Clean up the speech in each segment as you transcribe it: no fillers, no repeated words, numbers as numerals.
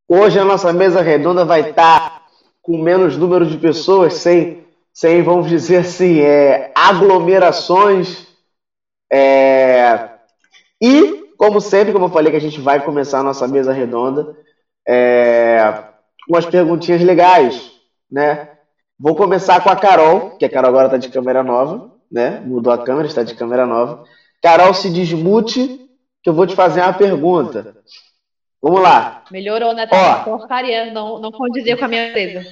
Hoje a nossa mesa redonda vai estar com menos número de pessoas, sem vamos dizer assim, aglomerações. E, como sempre, como eu falei que a gente vai começar a nossa mesa redonda, umas perguntinhas legais, né? Vou começar com a Carol, que a Carol agora está de câmera nova, né? Mudou a câmera, está de câmera nova. Carol, se desmute, que eu vou te fazer uma pergunta. Vamos lá. Melhorou, né? Tá porcaria, não condizia com a minha empresa.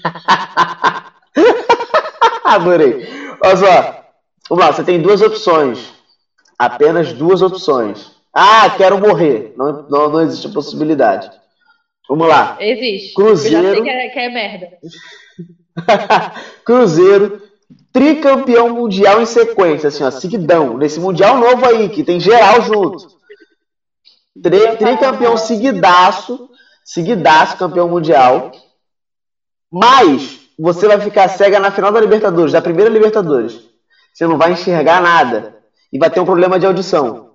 Adorei. Olha só. Vamos lá, você tem duas opções. Apenas duas opções. Ah, quero morrer. Não existe a possibilidade. Vamos lá. Existe. Cruzeiro. Eu já sei que é merda. Cruzeiro, tricampeão mundial em sequência, assim, ó, seguidão. Nesse mundial novo aí, que tem geral junto. Tricampeão seguidaço, campeão mundial. Mas você vai ficar cega na final da Libertadores, da primeira Libertadores. Você não vai enxergar nada. E vai ter um problema de audição.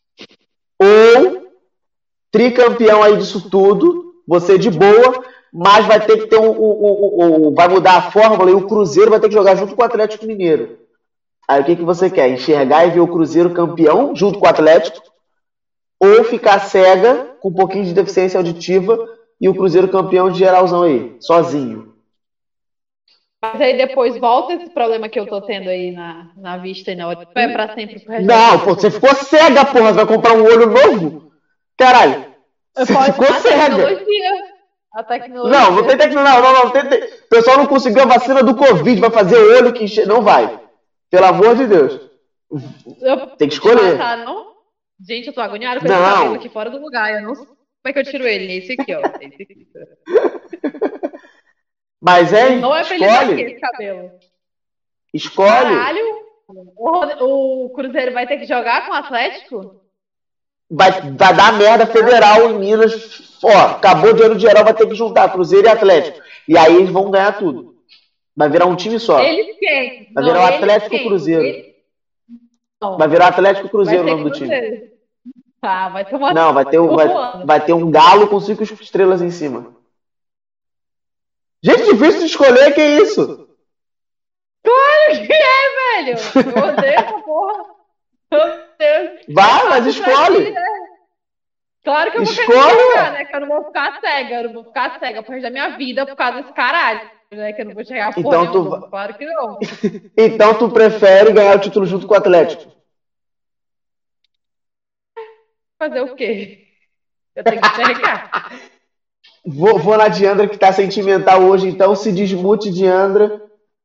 Ou tricampeão aí disso tudo, você de boa, mas vai ter que ter vai mudar a fórmula e o Cruzeiro vai ter que jogar junto com o Atlético Mineiro. Aí o que você quer? Enxergar e ver o Cruzeiro campeão junto com o Atlético? Ou ficar cega, com um pouquinho de deficiência auditiva, e o Cruzeiro campeão de geralzão aí, sozinho? Mas aí depois volta esse problema que eu tô tendo aí na vista e na hora. É pra sempre pro resto. Não, pô, você ficou cega, porra. Vai comprar um olho novo? Caralho. Você ficou cega. A tecnologia. Não tem tecnologia. Não. O pessoal não conseguiu a vacina do Covid. Vai fazer olho que enche. Não vai. Pelo amor de Deus. Tem que escolher. Matar, não? Gente, eu tô agoniada com esse cabelo aqui fora do lugar. Eu não sei como é que eu tiro ele. Esse aqui, ó. Esse aqui. Mas não é pra ele ter esse cabelo. Escolhe. Caralho. O Cruzeiro vai ter que jogar com o Atlético? Vai dar merda federal em Minas. Ó, acabou o dinheiro de geral, vai ter que juntar Cruzeiro e Atlético. E aí eles vão ganhar tudo. Vai virar um time só. Eles quem? Vai virar o Atlético Cruzeiro. Vai virar Atlético Cruzeiro o nome do time. Tá, vai ter uma... Não, vai ter um galo com 5 estrelas em cima. Gente, difícil de escolher, que isso? Claro que é, velho! Eu odeio essa porra. Meu Deus. Vai, mas escolhe. Claro que eu vou jogar, né? Que eu não vou ficar cega. Eu não vou ficar cega por resto da minha vida por causa desse caralho. Né? Que eu não vou chegar a porra nenhuma. Claro que não. Então tu prefere ganhar o título junto com o Atlético? Fazer o quê? Eu tenho que enxergar. Vou na Diandra, que tá sentimental hoje, então se desmute, Diandra.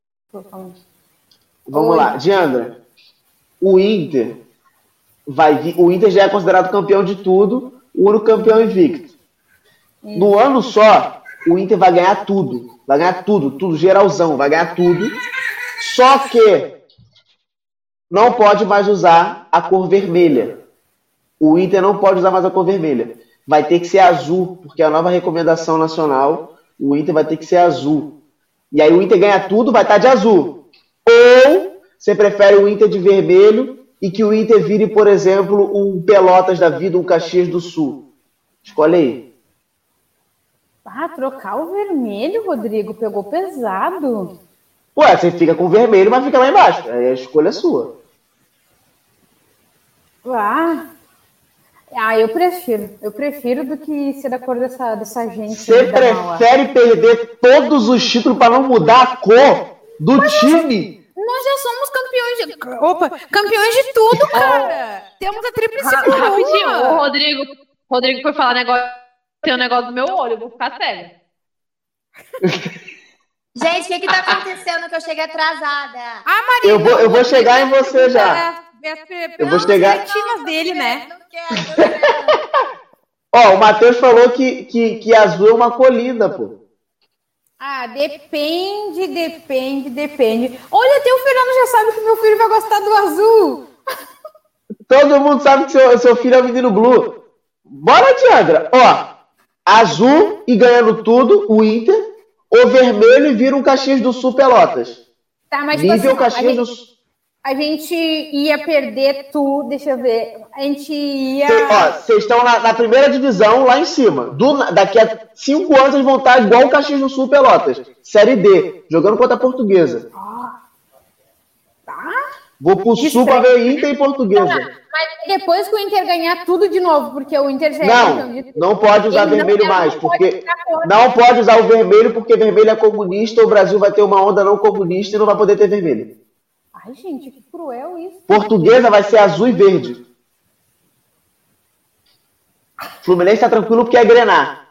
Vamos lá, Diandra. O Inter já é considerado campeão de tudo, o único campeão invicto. No ano só, o Inter vai ganhar tudo. Vai ganhar tudo geralzão, vai ganhar tudo. Só que não pode mais usar a cor vermelha. O Inter não pode usar mais a cor vermelha. Vai ter que ser azul, porque é a nova recomendação nacional. O Inter vai ter que ser azul. E aí o Inter ganha tudo, vai estar de azul. Ou você prefere o Inter de vermelho e que o Inter vire, por exemplo, um Pelotas da vida, um Caxias do Sul. Escolhe aí. Trocar o vermelho, Rodrigo, pegou pesado. Ué, você fica com o vermelho, mas fica lá embaixo. Aí a escolha é sua. Eu prefiro. Eu prefiro do que ser da cor dessa gente. Você prefere perder todos os títulos para não mudar a cor do time? Nós já somos campeões de tudo, cara. Temos a tríplice coroa. Rapidinho, o Rodrigo foi falar tem um negócio do meu olho, eu vou ficar cega. Gente, o que tá acontecendo que eu cheguei atrasada? Marina, eu vou chegar em você já. Eu vou chegar. As dele, né? Não quero. Ó, o Matheus falou que azul é uma colina, pô. Depende. Olha, até o Fernando já sabe que meu filho vai gostar do azul. Todo mundo sabe que seu filho é o menino blue. Bora, Diandra. Ó, azul e ganhando tudo, o Inter. Ou vermelho e vira um Caxias do Sul Pelotas. Tá, mas nível Caxias do Sul. A gente ia perder tudo, deixa eu ver. A gente ia... Vocês estão na primeira divisão, lá em cima. Daqui a 5 anos eles vão estar igual o Caxias do Sul Pelotas. Série D, jogando contra a Portuguesa. Tá? Vou pro Sul pra ver Inter e Portuguesa. Mas depois que o Inter ganhar tudo de novo, porque o Inter já não pode usar vermelho mais, porque não pode usar o vermelho, porque vermelho é comunista, o Brasil vai ter uma onda não comunista e não vai poder ter vermelho. Ai, gente, que cruel isso. Portuguesa vai ser azul e verde. Fluminense tá tranquilo porque é Grenar.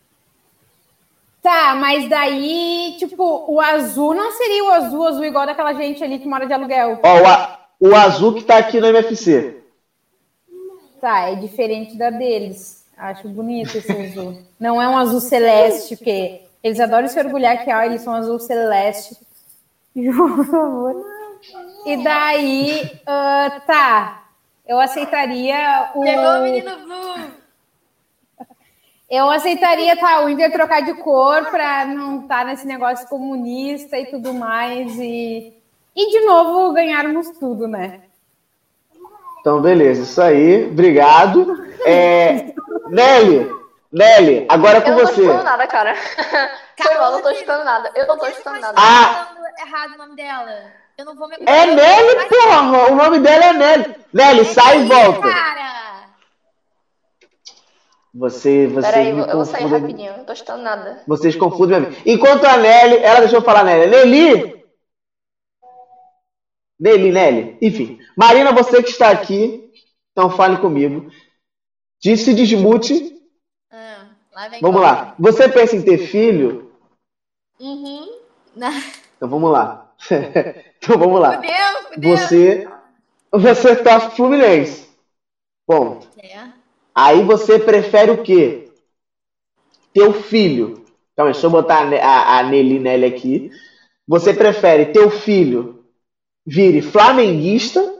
Tá, mas daí, tipo, o azul não seria o azul igual daquela gente ali que mora de aluguel. O azul que tá aqui no MFC. Tá, é diferente da deles. Acho bonito esse azul. Não é um azul celeste, porque eles adoram se orgulhar que eles são azul celeste. Por favor. E daí, tá, eu aceitaria o... Pegou o menino Blue. Eu aceitaria, o Inter trocar de cor pra não estar nesse negócio comunista e tudo mais e de novo ganharmos tudo, né? Então, beleza, isso aí, obrigado. Nelly, agora é com você. Eu não tô escutando nada, cara. Foi mal, não tô escutando nada. Eu não tô escutando nada. Falando errado o nome dela. Eu não vou me... É Nelly, porra! O nome dela é Nelly. Nelly, sai e volta. Cara. Você Peraí, eu vou sair rapidinho. Não tô escutando nada. Vocês confundem mesmo. Enquanto a Nelly... Ela deixou eu falar, Nelly. Nelly. Enfim. Marina, você que está aqui, então fale comigo. Se desmute. Vamos lá. Você pensa em ter filho? Uhum. Então vamos lá. Fudeu. Você torce pro Fluminense. Bom. Aí você prefere o quê? Teu filho. Calma aí, deixa eu botar a Nelly aqui. Você prefere teu filho vire flamenguista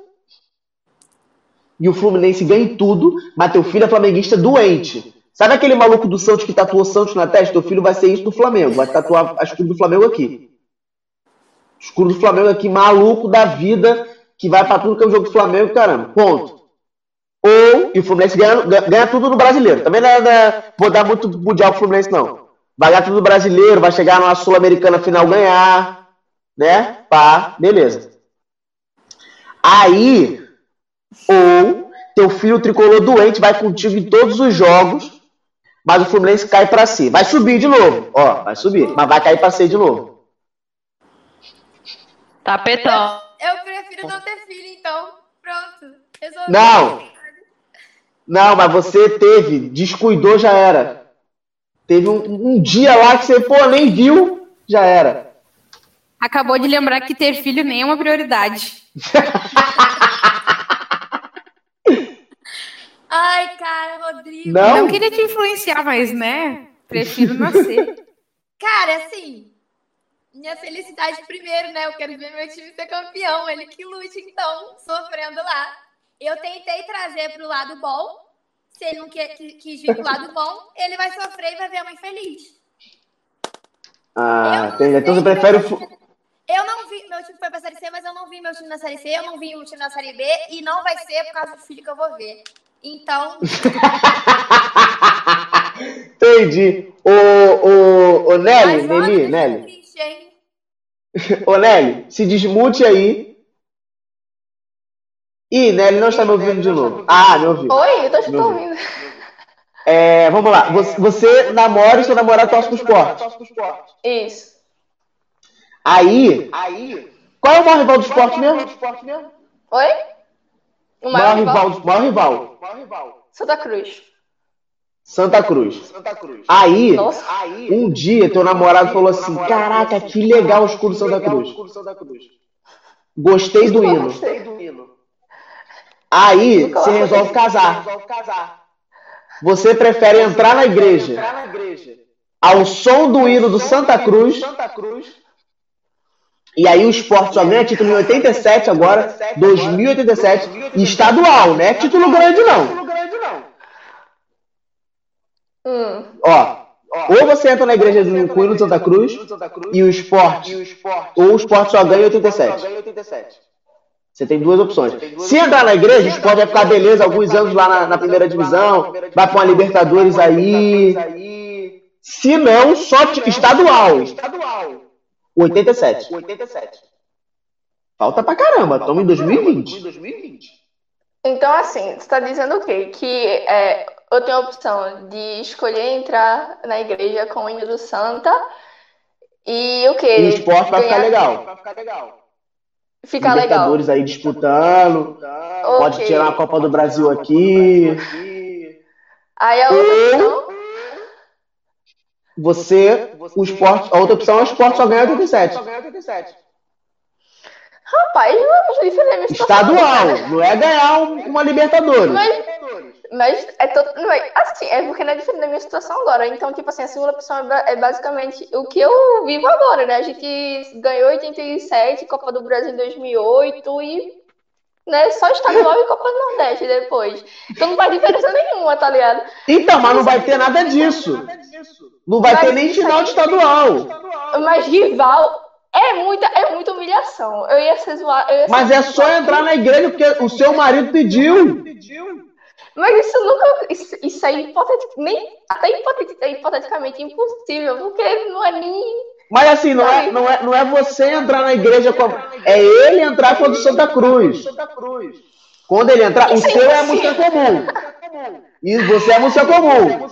e o Fluminense ganhe tudo, mas teu filho é flamenguista doente. Sabe aquele maluco do Santos que tatuou Santos na testa? Teu filho vai ser isso do Flamengo. Vai tatuar a escudo do Flamengo aqui. Escudo do Flamengo aqui, maluco da vida, que vai pra tudo que é o jogo do Flamengo, caramba. Ponto. E o Fluminense ganha tudo no brasileiro. Também não vou dar muito mundial pro Fluminense, não. Vai ganhar tudo no brasileiro, vai chegar na Sul-Americana final ganhar, né? Beleza. Aí, ou teu filho tricolor doente vai contigo em todos os jogos, mas o Fluminense cai pra C. Vai subir de novo, vai subir, mas vai cair pra C de novo. Tapetão. Eu prefiro não ter filho, então. Pronto. Resolvi. Não, mas você descuidou, já era. Teve um dia lá que você, nem viu, já era. Acabou de lembrar que ter filho nem é uma prioridade. Ai, cara, Rodrigo. Não queria te influenciar, mas, né? Prefiro nascer. Cara, assim, minha felicidade primeiro, né? Eu quero ver meu time ser campeão. Ele que lute, então, sofrendo lá. Eu tentei trazer pro lado bom. Se ele não quis vir pro lado bom, ele vai sofrer e vai ver a mãe feliz. Entendi. Então você prefere Eu não vi, meu time foi pra Série C, mas eu não vi meu time na Série C, eu não vi o time na Série B, e não vai ser por causa do filho que eu vou ver. Então... Entendi. Ô Nelly. Ô Nelly, se desmute aí. Ih, Nelly não está me ouvindo de novo. Me ouviu. Oi, eu tô ouvindo. Vamos lá. Você namora e seu namorado torce pro esporte. Isso. Aí, qual é o maior rival do esporte mesmo? Oi? O maior rival. Santa Cruz. Aí, um dia, teu namorado falou assim, caraca, que legal o escudo Santa Cruz. Gostei do hino. Aí, você resolve casar. Você prefere entrar na igreja ao som do hino do Santa Cruz. E aí o esporte só ganha título em 87 agora, 2087, e estadual, não é título grande não. Ou você entra na igreja do com o hino do Santa Cruz e o esporte, ou o esporte só ganha em 87. Você tem duas opções. Se entrar na igreja, o Sport vai ficar beleza alguns anos lá na primeira divisão, vai para uma Libertadores aí. Se não, só estadual. 87. Falta pra caramba, estamos em 2020. Então, assim, você tá dizendo o quê? Que eu tenho a opção de escolher entrar na igreja com o hino do Santa e o quê? E o Sport vai ficar legal. Ficar Libertadores legal. aí disputando. Okay. Pode tirar a Copa do Brasil aqui. Aí a outra opção... A outra opção é o Sport só ganhar 87. Rapaz, não é muito diferente da minha situação. Estadual, não é ganhar uma Libertadores. Mas assim, é porque não é diferente da minha situação agora. Então, tipo assim, a segunda opção é basicamente o que eu vivo agora, né? A gente ganhou 87, Copa do Brasil em 2008 e, né, só estadual e Copa do Nordeste depois. Então não faz diferença nenhuma, tá ligado? Então, mas não vai ter nada disso. Não vai ter nem final de estadual. Mas rival... É muita humilhação. Eu ia ser zoado. Mas é só entrar na igreja porque o seu marido pediu. Mas isso nunca. Isso é hipoteticamente impossível, porque não é nem. Mas assim, não é você entrar na igreja com. É ele entrar contra o Santa Cruz. Quando ele entrar, o seu é a música comum. E você é a música comum.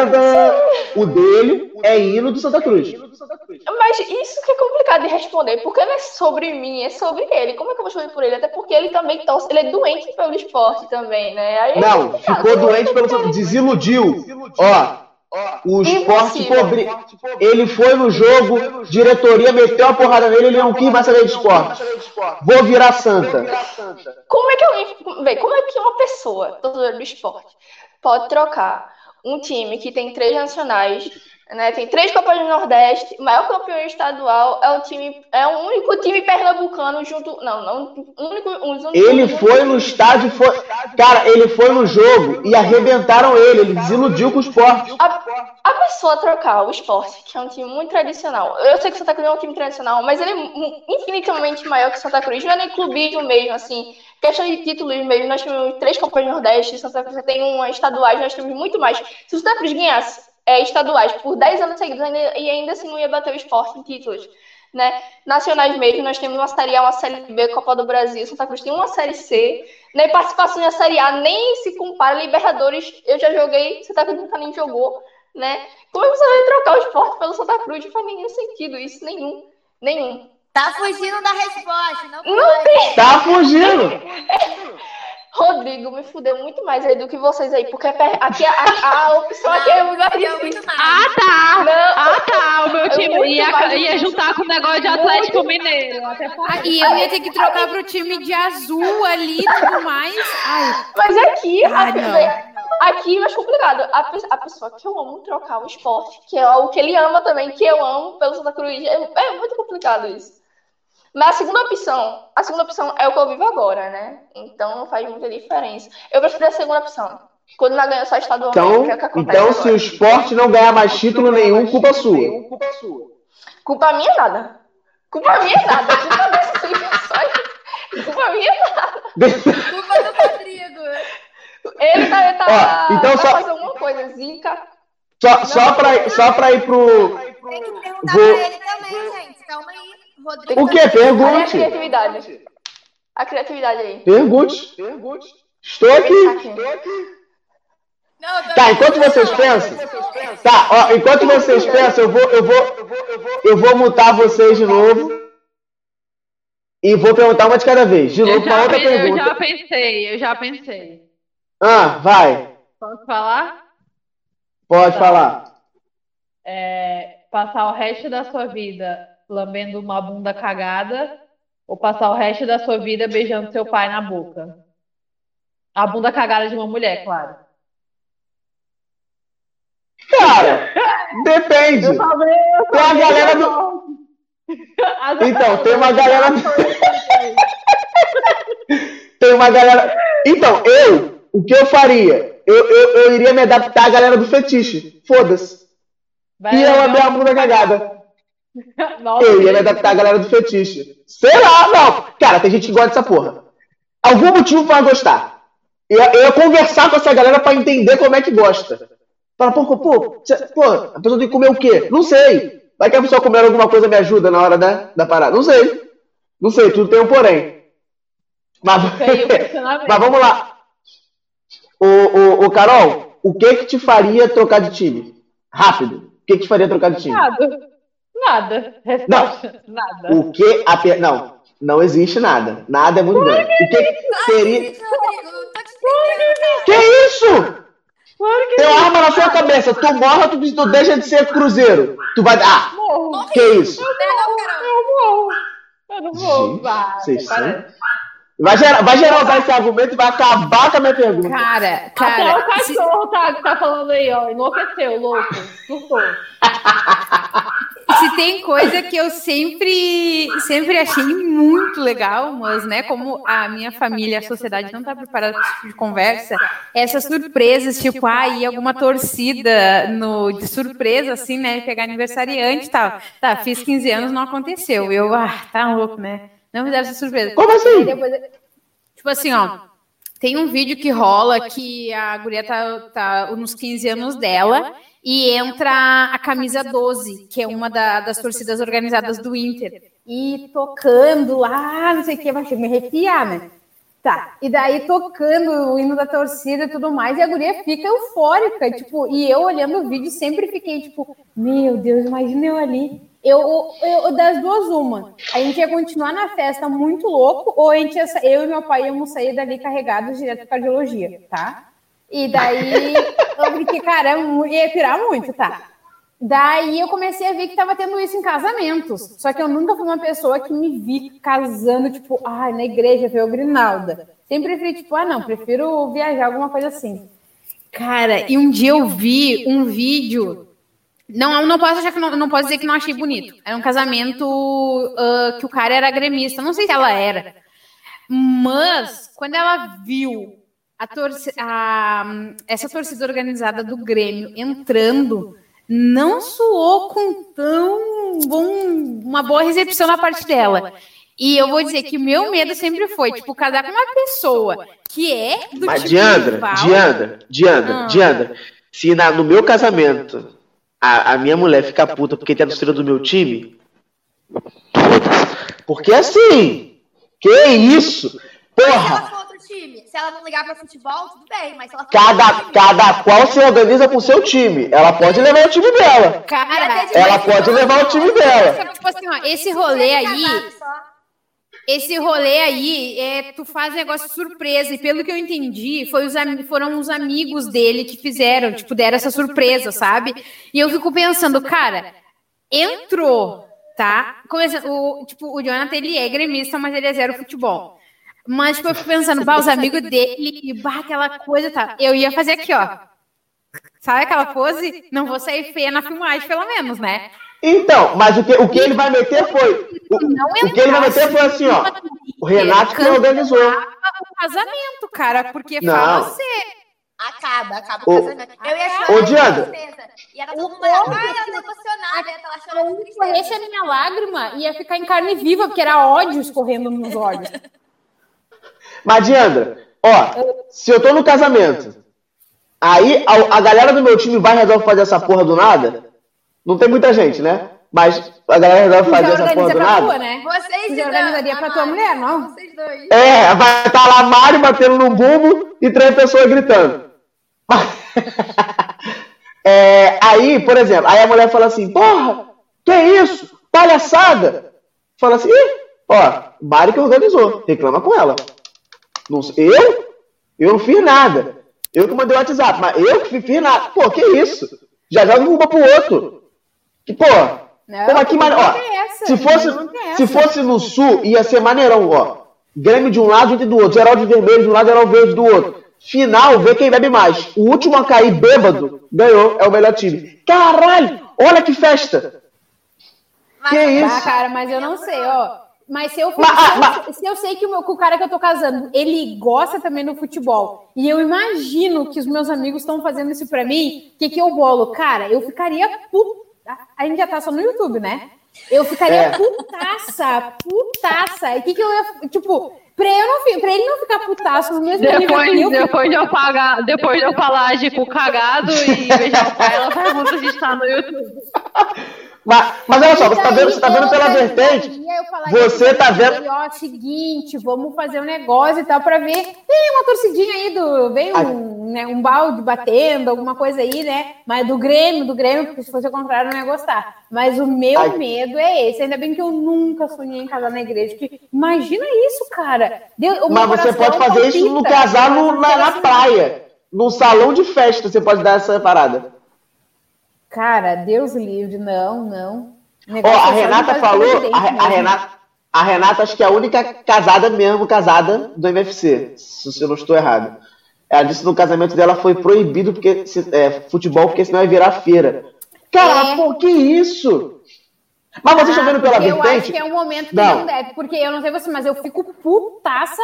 O dele é hino do Santa Cruz. Mas isso que é complicado de responder, porque não é sobre mim, é sobre ele. Como é que eu vou responder por ele? Até porque ele também torce, ele é doente pelo esporte também, né? Aí não, ficou doente pelo Santa Cruz, desiludiu. Ó, o Sport ele foi no jogo, diretoria meteu a porrada nele, ele não quis mais saber de esporte. Vou virar Santa. Como é que uma pessoa, torcedora do esporte, pode trocar um time que tem 3 nacionais, né, tem 3 Copas do Nordeste, o maior campeão estadual, é o único time pernambucano junto... Ele foi no estádio, cara, ele foi no jogo e arrebentaram ele desiludiu com o Sport. A pessoa trocar o Sport, que é um time muito tradicional, eu sei que o Santa Cruz é um time tradicional, mas ele é infinitamente maior que o Santa Cruz, não é nem clubismo mesmo, assim, questão de títulos mesmo, nós temos 3 Copas do Nordeste, Santa Cruz tem uma estaduais, nós temos muito mais. Se o Santa Cruz ganhasse estaduais por 10 anos seguidos e ainda assim não ia bater o Sport em títulos, né? Nacionais mesmo, nós temos uma Série A, uma Série B, Copa do Brasil, Santa Cruz tem uma Série C, né? Participação na Série A nem se compara, Libertadores, eu já joguei, Santa Cruz nunca nem jogou, né? Como é que você vai trocar o Sport pelo Santa Cruz? Não faz nenhum sentido isso, nenhum. Tá fugindo da resposta, não tem. Tá fugindo. Rodrigo me fudeu muito mais aí do que vocês aí, porque aqui a opção aqui é muito mais. Tá. O meu time ia juntar com o negócio de Atlético Mineiro. E eu ia ter que trocar pro time de azul ali e tudo mais. Ai. Mas aqui, aqui é mais complicado. A pessoa que eu amo trocar o esporte, que é o que ele ama também, que eu amo pelo Santa Cruz, é muito complicado isso. Mas a segunda opção é o que eu vivo agora, né? Então não faz muita diferença. Eu prefiro a segunda opção. Quando não ganha só estadual, então se o Sport não ganhar mais título nenhum, culpa sua. Culpa minha nada. Culpa dessas intenções. Culpa minha nada. Culpa do Rodrigo. Ele tá fazendo alguma coisa, zica. Só pra ir pro... Tem que perguntar pra ele também, gente. Calma aí. Rodrigo, o que? Pergunte. A criatividade aí. Pergunte. Estou aqui. Não, tá, enquanto vocês pensam... Tá, ó, enquanto vocês pensam, eu vou mutar vocês de novo. E vou perguntar uma de cada vez. De novo, uma outra pergunta. Eu já pensei. Vai. Posso falar? Pode falar. Passar o resto da sua vida lambendo uma bunda cagada ou passar o resto da sua vida beijando seu pai na boca? A bunda cagada de uma mulher, claro. Cara, depende. Tem a galera do... Então, tem uma galera... Tem uma galera... Então, o que eu faria? Eu iria me adaptar à galera do fetiche. Foda-se. E eu lamber a bunda cagada. Nossa, eu ia me adaptar à galera do fetiche. Sei lá, não. Cara, tem gente que gosta dessa porra. algum motivo para gostar. Eu ia conversar com essa galera para entender como é que gosta. Fala, pô, a pessoa tem que comer o quê? Não sei. Vai que a pessoa comer alguma coisa me ajuda na hora da parada. Não sei, tudo tem um porém. Mas vamos lá. Ô, Carol, o que te faria trocar de time? Rápido. O que te faria trocar de time? Nada. Resposta. Não. Nada. O que não existe nada. Nada é muito grande. O que seria... Que isso? Tem uma arma na sua cabeça. Tu morre, tu deixa de ser cruzeiro. Tu vai... Morro. Que isso? Eu não vou. Vai gerar esse argumento e vai acabar com a minha pergunta. Cara. Até o cachorro tá falando aí, ó. Enlouqueceu, louco. Surtou. Se tem coisa que eu sempre achei muito legal, mas, né, como a minha família, a sociedade não tá preparada para esse tipo de conversa, essas surpresas, tipo, alguma torcida de surpresa, assim, né, pegar aniversariante e tal. Tá, fiz 15 anos, não aconteceu. Tá louco, né? Não me deram essa surpresa. Como assim? Depois, tipo assim, ó, tem um vídeo que rola que a guria tá nos 15 anos dela e entra a camisa 12, que é uma das torcidas organizadas do Inter, e tocando lá, não sei o que, vai me arrepiar, né? Tá, e daí tocando o hino da torcida e tudo mais, e a guria fica eufórica, tipo, e eu olhando o vídeo sempre fiquei tipo, meu Deus, imagina eu ali. Eu das duas, uma. A gente ia continuar na festa muito louco, ou eu e meu pai íamos sair dali carregados direto para cardiologia, tá? E daí eu brinquei, cara, ia pirar muito, tá? Daí eu comecei a ver que tava tendo isso em casamentos. Só que eu nunca fui uma pessoa que me vi casando, tipo, na igreja, ver o Grinalda. Sempre preferi, tipo, prefiro viajar, alguma coisa assim. Cara, e um dia eu vi um vídeo. Não posso achar que não posso dizer que não achei bonito. Era um casamento que o cara era gremista. Não sei se ela era. Mas, quando ela viu essa torcida organizada do Grêmio entrando, não soou com uma boa recepção na parte dela. E eu vou dizer que o meu medo sempre foi, tipo, casar com uma pessoa que é do Mas tipo Diandra, se no meu casamento a minha mulher fica puta porque tem a torcida do meu time, porque assim, que isso? Porra! Se ela não ligar pra futebol, tudo bem, mas se ela cada qual se organiza pro seu time. Ela pode levar o time dela. Cara, ela pode levar o time dela. Tipo assim, ó, esse rolê aí, tu faz negócio surpresa, e pelo que eu entendi, foram os amigos dele que fizeram, tipo, deram essa surpresa, sabe? E eu fico pensando, cara, entrou, tá? O Jonathan, ele é gremista, mas ele é zero futebol. Mas, tipo, eu fico pensando, os amigos dele, aquela coisa, tá? Eu ia fazer aqui, ó. Sabe aquela pose? Não vou sair feia na filmagem, pelo menos, né? Então, mas o que ele vai meter foi... O que ele vai meter foi assim, ó. O Renato que organizou. O casamento, cara, porque fala sério. Acaba o casamento. Eu ia chorar. Diandra. E era todo mundo emocionada. Ela chorando de tristeza. A minha lágrima ia ficar em carne viva, porque era ódio escorrendo nos olhos. Mas, Diandra, se eu tô no casamento, aí a galera do meu time resolve fazer essa porra do nada, não tem muita gente, né? Mas a galera resolve fazer essa porra do nada. Tua, né? Vocês já organizaria pra tua mulher, não? Vocês dois. Vai estar lá Mário batendo no bumbo e 3 pessoas gritando. Aí, por exemplo, aí a mulher fala assim, porra, que isso? Palhaçada. Fala assim, Mário que organizou, reclama com ela. Eu não fiz nada. Eu que mandei o WhatsApp, mas eu que fiz nada. Pô, que isso? Já joga uma pro outro. Que, pô, aqui, se fosse no Sul, ia ser maneirão, Grêmio de um lado, Inter do outro. Geral de vermelho de um lado, geral verde do outro. Final, vê quem bebe mais. O último a cair bêbado ganhou, é o melhor time. Caralho, olha que festa. Que isso? Cara, mas eu não sei, Mas se eu sei que o cara que eu tô casando, ele gosta também do futebol, e eu imagino que os meus amigos estão fazendo isso pra mim, o que eu bolo? Cara, eu ficaria puta. A gente já tá só no YouTube, né? Eu ficaria putaça. E o que eu ia... Tipo, Pra ele não ficar putaço no mesmo nível que eu. Depois de eu falar de cu cagado e beijar o pai, ela pergunta se está no YouTube. Mas olha só, você tá vendo pela vertente. Você tá vendo. Ó, seguinte, vamos fazer um negócio e tal pra ver. Tem uma torcidinha aí vem um balde batendo, alguma coisa aí, né? Mas do Grêmio, porque se fosse o contrário, eu não ia gostar. Mas o meu medo é esse. Ainda bem que eu nunca sonhei em casar na igreja. Porque imagina isso, cara. Mas você pode fazer isso no casar na praia. No salão de festa, você pode dar essa parada. Cara, Deus livre, não. A Renata falou, a Renata acho que é a única casada do MFC, se eu não estou errado. Ela disse que no casamento dela foi proibido futebol, porque senão ia virar feira. Cara, pô, que isso? Mas vocês estão vendo pela vertente? Eu acho que é um momento que não deve, porque eu não sei você, mas eu fico putaça,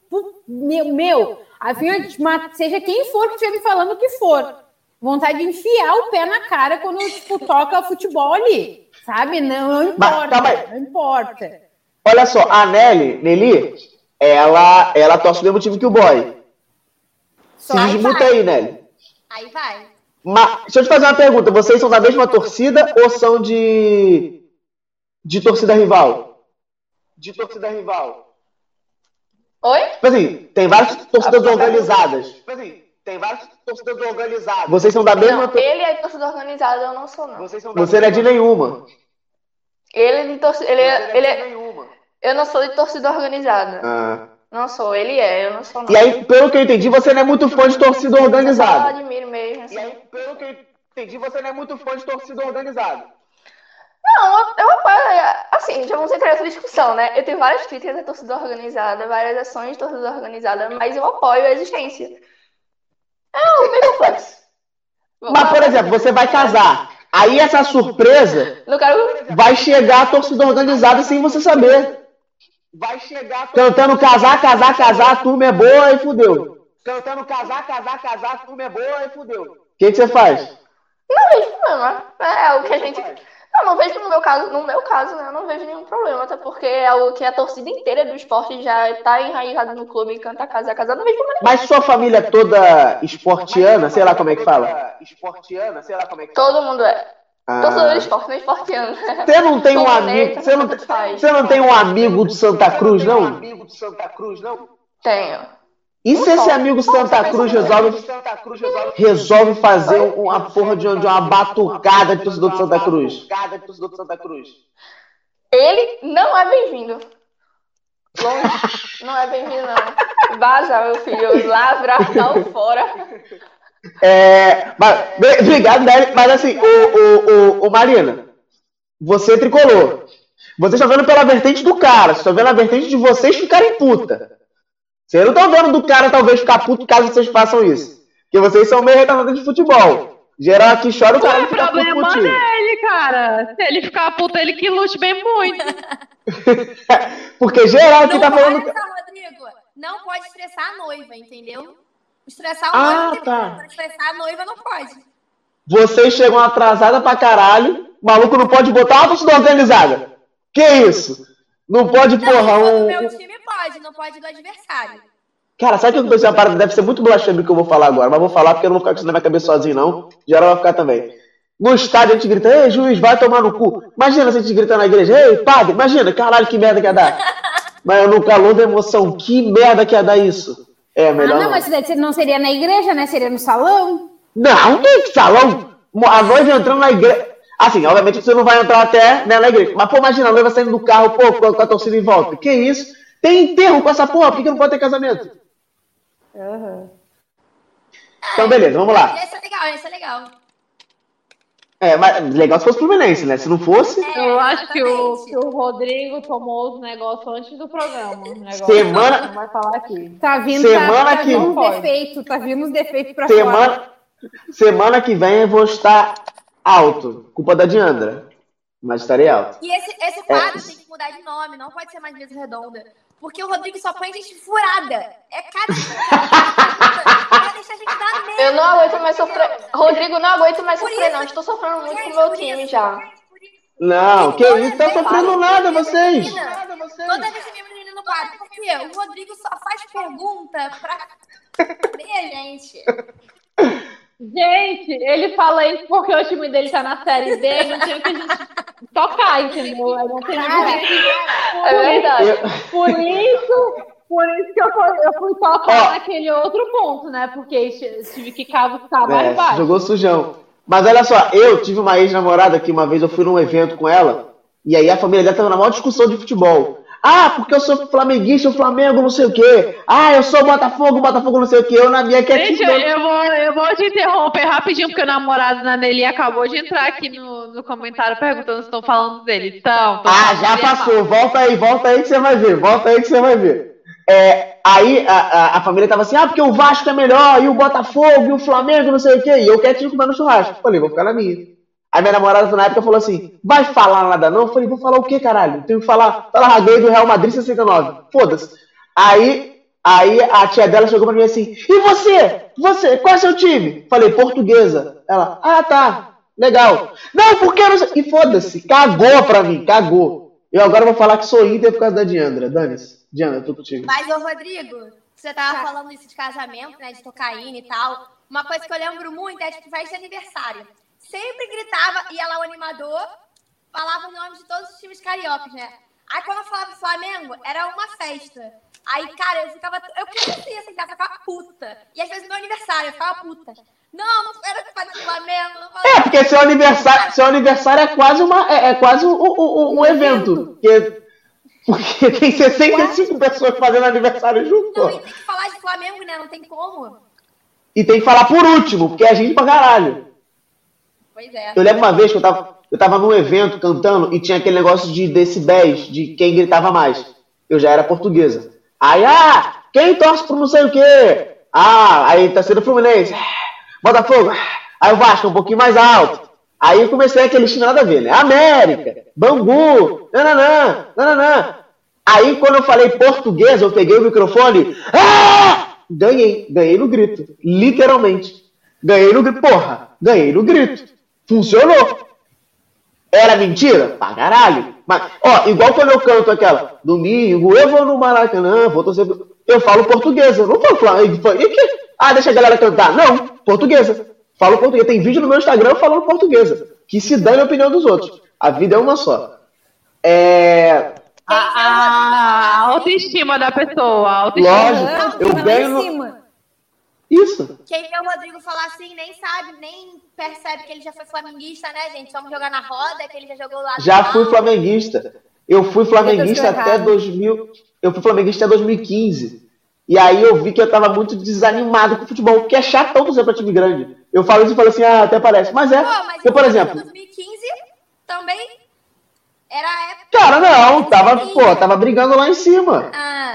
seja quem for que estiver me falando o que for. Vontade de enfiar o pé na cara quando, toca futebol ali. Sabe? Não importa. Não importa. Olha só, a Nelly, ela torce o mesmo time que o boy. Se disputa aí, Nelly. Aí vai. Mas, deixa eu te fazer uma pergunta. Vocês são da mesma torcida ou são de torcida rival? De torcida rival. Oi? Tipo assim, tem várias torcidas organizadas. Vocês são da mesma torcida? Ele é de torcida organizada, eu não sou, não. Você não é de nenhuma. Ele é de torcida. Eu não sou de torcida organizada. Não sou, ele é, eu não sou, não. E aí, pelo que eu entendi, você não é muito fã de torcida organizada. Eu admiro mesmo, assim. E aí, pelo que eu entendi, você não é muito fã de torcida organizada. Não, eu apoio. Assim, já vamos entrar nessa discussão, né? Eu tenho várias críticas da torcida organizada, várias ações de torcida organizada, mas eu apoio a existência. É bem complexo. Mas, por exemplo, você vai casar. Aí essa surpresa vai chegar a torcida organizada sem você saber. Cantando casar, a turma é boa e fudeu. O que você faz? Não vejo problema. É algo que a gente... Não vejo no meu caso, né? Eu não vejo nenhum problema, até porque é algo que a torcida inteira do esporte já tá enraizada no clube e canta casar, não vejo problema. Mas sua família toda esportiana, sei lá como é que fala? Todo mundo é. Torcedor de esporte, não é esportiano. Você não tem um amigo. Você não tem um amigo de Santa Cruz, não? Tenho. E se esse amigo Santa Cruz resolve fazer uma porra de uma batucada de torcedor de Santa Cruz? Ele não é bem-vindo. Longe. Não é bem-vindo, não. Vaza, meu filho. Lavra, tal fora. Obrigado, Nelly. Mas assim, o Marina, você tricolor. Você está vendo pela vertente do cara. Você está vendo a vertente de vocês ficarem puta. Vocês não estão vendo do cara talvez ficar puto caso vocês façam isso. Porque vocês são meio retardados de futebol. Geral aqui chora o cara fica puto. O problema dele, cara. Se ele ficar puto, ele que lute bem muito. Porque geral aqui tá falando... Rodrigo, não pode estressar a noiva, entendeu? Estressar o noivo, pra estressar a noiva não pode. Vocês chegam atrasada pra caralho, o maluco não pode botar uma torcida organizada. Que isso? Não pode, porra, o meu time pode, não pode do adversário. Cara, sabe o que eu pensei? Uma parada deve ser muito blasfêmico que eu vou falar agora, mas vou falar porque eu não vou ficar com isso na minha cabeça sozinho, não. Geral vai ficar também. No estádio a gente grita, ei, juiz, vai tomar no cu. Imagina se a gente grita na igreja, ei, padre, imagina, caralho, que merda que ia dar. Mas no calor da emoção, que merda que ia dar isso. É, melhor não. Mas não seria na igreja, né? Seria no salão. Não, que salão? A noiva entrando na igreja... Assim, obviamente você não vai entrar até na igreja. Mas, pô, imagina, a noiva saindo do carro, pô, com a torcida em volta. Que isso? Tem enterro com essa porra, por que não pode ter casamento? Então, beleza, vamos lá. Esse é legal. Mas legal se fosse Fluminense, né? Se não fosse... Eu acho que o Rodrigo tomou os negócios antes do programa. Semana... Não vai falar aqui. Tá vindo os defeitos pra fora. Semana que vem eu vou estar alto. Culpa da Diandra. Mas estarei alto. E esse quadro tem que mudar de nome. Não pode ser mais mesa redonda. Porque o Rodrigo só põe gente furada. É cada deixar a gente dar merda. Eu não aguento mais sofrer. Rodrigo, não aguento mais sofrer, não. Estou sofrendo muito com o meu time já. Não, que isso? Tá sofrendo nada, vocês. Toda vez que minha menina não quadro. Por quê? O Rodrigo só faz pergunta pra saber, gente. Gente, ele fala isso porque o time dele tá na Série B, não tem o que a gente tocar, entendeu? Não tem É verdade. Por isso que eu fui tocar naquele outro ponto, né? Porque tive que cavucar mais baixo. Jogou sujão. Mas olha só, eu tive uma ex-namorada que uma vez eu fui num evento com ela, e aí a família dela tava na maior discussão de futebol. Ah, porque eu sou flamenguista, o Flamengo não sei o quê. Ah, eu sou Botafogo não sei o quê. Eu na minha quietinha. Gente, eu vou te interromper rapidinho, porque o namorado da Nelly acabou de entrar aqui no comentário perguntando se estão falando dele. Então, já passou. Volta aí que você vai ver. Aí a família tava assim, porque o Vasco é melhor, e o Botafogo, e o Flamengo, não sei o quê. E eu quietinho comendo churrasco. Falei, vou ficar na minha. Aí minha namorada na época falou assim, vai falar nada não? Eu falei, vou falar o quê, caralho? Tenho que falar, ganhei do Real Madrid 69. Foda-se. Aí a tia dela chegou pra mim assim, e você, qual é o seu time? Falei, Portuguesa. Ela, tá, legal. Não, porque não sei... E foda-se, cagou pra mim, cagou. Eu agora vou falar que sou Inter por causa da Diandra. Dane-se. Diandra, eu tô contigo. Mas, ô Rodrigo, você tava falando isso de casamento, né, de cocaína e tal. Uma coisa que eu lembro muito é, tipo, festa de aniversário. Sempre gritava, ia lá o animador, falava o nome de todos os times cariocas, né? Aí quando eu falava do Flamengo, era uma festa. Aí, cara, eu crescia assim, eu ficava puta. E às vezes no meu aniversário, eu ficava puta. Não era fazer do Flamengo. Não porque seu aniversário é quase um evento. Porque tem 65 pessoas fazendo aniversário junto. Não, e tem que falar de Flamengo, né? Não tem como. E tem que falar por último, porque é gente pra caralho. Pois é. Eu lembro uma vez que eu tava num evento cantando e tinha aquele negócio de decibéis, de quem gritava mais. Eu já era portuguesa. Aí, quem torce por não sei o quê? Aí tá sendo Fluminense. Botafogo. Aí o Vasco um pouquinho mais alto. Aí eu comecei aquele time nada a ver, né? América, Bangu, nananã. Aí quando eu falei portuguesa, eu peguei o microfone, ganhei no grito, literalmente. Ganhei no grito. Funcionou. Era mentira? Pra caralho. Mas, igual quando eu canto aquela, domingo, eu vou no Maracanã, vou torcer... Eu falo portuguesa, não falo Flamengo. Deixa a galera cantar. Não, portuguesa. Falo português. Tem vídeo no meu Instagram falando portuguesa. Que se dane a opinião dos outros. A vida é uma só. A autoestima da pessoa. Lógico. Eu ganho... Isso. Quem vê o Rodrigo falar assim, nem sabe, nem percebe que ele já foi flamenguista, né, gente? Vamos jogar na roda, que ele já jogou lá. Já fui flamenguista. Eu fui flamenguista até 2000. Eu fui flamenguista até 2015. E aí eu vi que eu tava muito desanimado com o futebol, porque é chatão torcer pra time grande. Eu falo isso e falo assim, até parece. Mas é. Mas eu, por exemplo. 2015 também era a época. Cara, não, tava brigando lá em cima.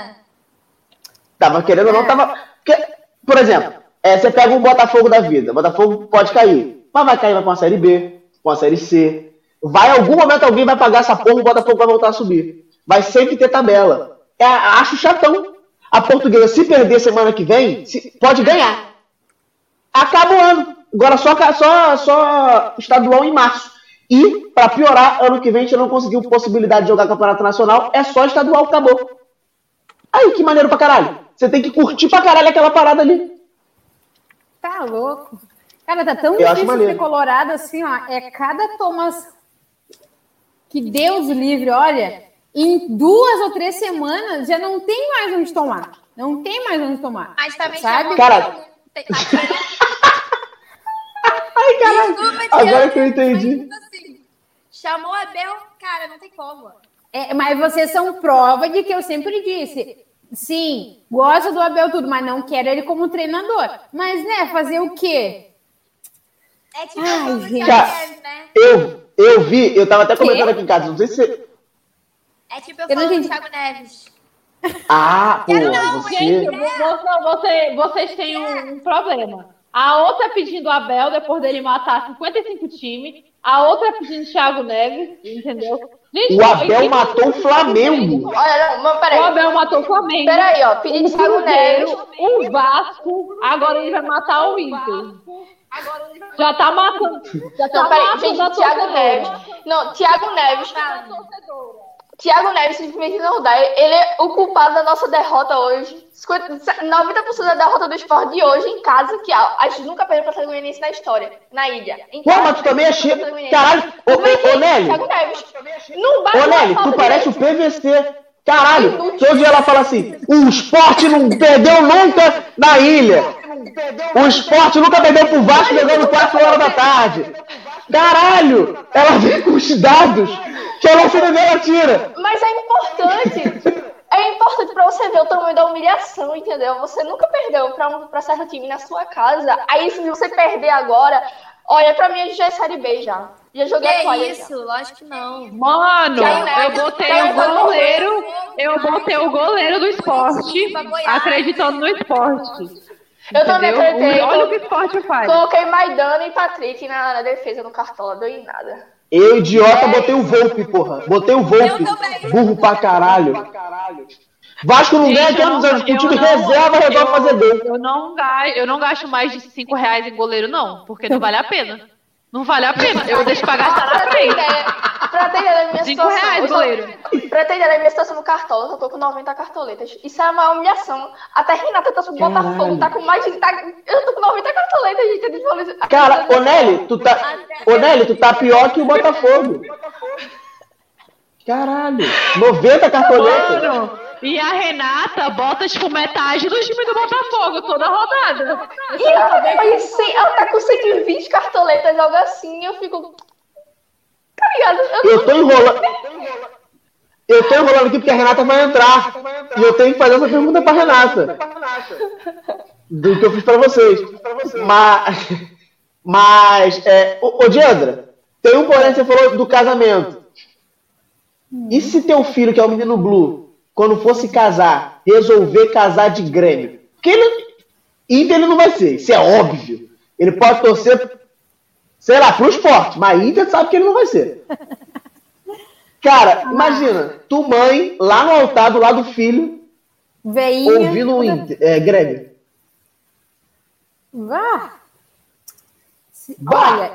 Tava querendo ou não, tava. Porque, por exemplo, você pega um Botafogo da vida. Botafogo pode cair. Mas vai cair, vai pra uma série B, pra uma série C. Algum momento alguém vai pagar essa porra, o Botafogo vai voltar a subir. Vai sempre ter tabela. Acho chatão. A Portuguesa, se perder semana que vem, pode ganhar. Acaba o ano. Agora só estadual em março. E, pra piorar, ano que vem a gente não conseguiu possibilidade de jogar campeonato nacional. É só estadual, acabou. Aí, que maneiro pra caralho. Você tem que curtir pra caralho aquela parada ali. Tá louco. Cara, tá tão difícil ser colorado assim, ó. É cada Thomas... Que Deus livre, olha... Em 2 ou 3 semanas já não tem mais onde tomar. Não tem mais onde tomar. Mas também sabe? Cara. Ai, caralho. Agora que eu entendi. Assim, chamou a Bel, cara, não tem como. Mas vocês são prova de que eu sempre disse. Sim, gosto do Abel tudo, mas não quero ele como treinador. Mas, né, fazer o quê? É tipo o gente. né? Eu vi, eu tava até comentando aqui em casa, não sei se você... É tipo eu falando do Thiago Neves. Vocês têm um problema. A outra pedindo Abel, depois dele matar 55 times. A outra pedindo Thiago Neves, entendeu? Gente, o Abel matou o Flamengo. Olha, não, peraí. O Abel matou o Flamengo. Peraí, ó, pedindo Thiago Neves. O Vasco, agora ele vai matar o Inter. Já tá matando. Peraí, gente, Thiago Neves. Não, Thiago Neves. Thiago Neves simplesmente não dá. Ele é o culpado da nossa derrota hoje. 90% da derrota do Sport de hoje em casa, que a gente nunca perdeu para o Atlético Goianiense na história, na ilha. Pô, mas tu também achei... Caralho, ô Nelly. Thiago Neves. Não bate. Ô Nelly, tu parece o PVC. Caralho, todo dia ela fala assim, o Sport não perdeu nunca na ilha. O Sport nunca perdeu pro Vasco jogando 4 horas da tarde. Caralho, ela vem com os dados que ela tira. Mas é importante. É importante pra você ver o tamanho da humilhação, entendeu? Você nunca perdeu pra certo time na sua casa. Aí se você perder agora, olha, pra mim a gente já é Série B já. Já joguei a toalha. É isso, lógico que não. Mano, eu botei o goleiro do Sport, acreditando no Sport. Eu também acreditei. Olha o que o Sport faz. Coloquei Maidana e Patrick na defesa no Cartola, deu em nada. Eu, idiota, botei o Volpe, porra. Botei o Volpe. Burro pra caralho. Vasco não ganha todos os anos. O time reserva resolve fazer gol. Eu não gasto mais de R$5 em goleiro, não. Porque não vale a pena. Não vale a pena. Eu deixo pra gastar na frente. Pra ter ideia da minha situação. R$5, goleiro. Pra ter ideia da minha situação no Cartola, eu só tô com 90 cartoletas. Isso é uma humilhação. Até Renata tá subindo Botafogo, tá com mais de... Eu tô com 90 cartoletas, gente. Cara, ô Nelly, tu tá pior que o Botafogo. Caralho, 90 cartoletas. Mano, e a Renata bota, tipo, metade do time do Botafogo, toda rodada. E ela tá com 120 cartoletas, algo assim, eu fico... Tá ligado? Eu tô enrolando aqui porque a Renata vai entrar. E eu tenho que fazer essa pergunta pra Renata. Do que eu fiz pra vocês. Mas ô Diandra, tem um porém que você falou do casamento. E se teu filho, que é o menino Blue, quando fosse casar, resolver casar de Grêmio? Porque Inter ele não vai ser, isso é óbvio. Ele pode torcer, sei lá, pro Sport, mas Inter sabe que ele não vai ser. Cara, imagina, tu mãe, lá no altar do lado do filho, veinha, ouvindo o Inter, Grêmio. Olha,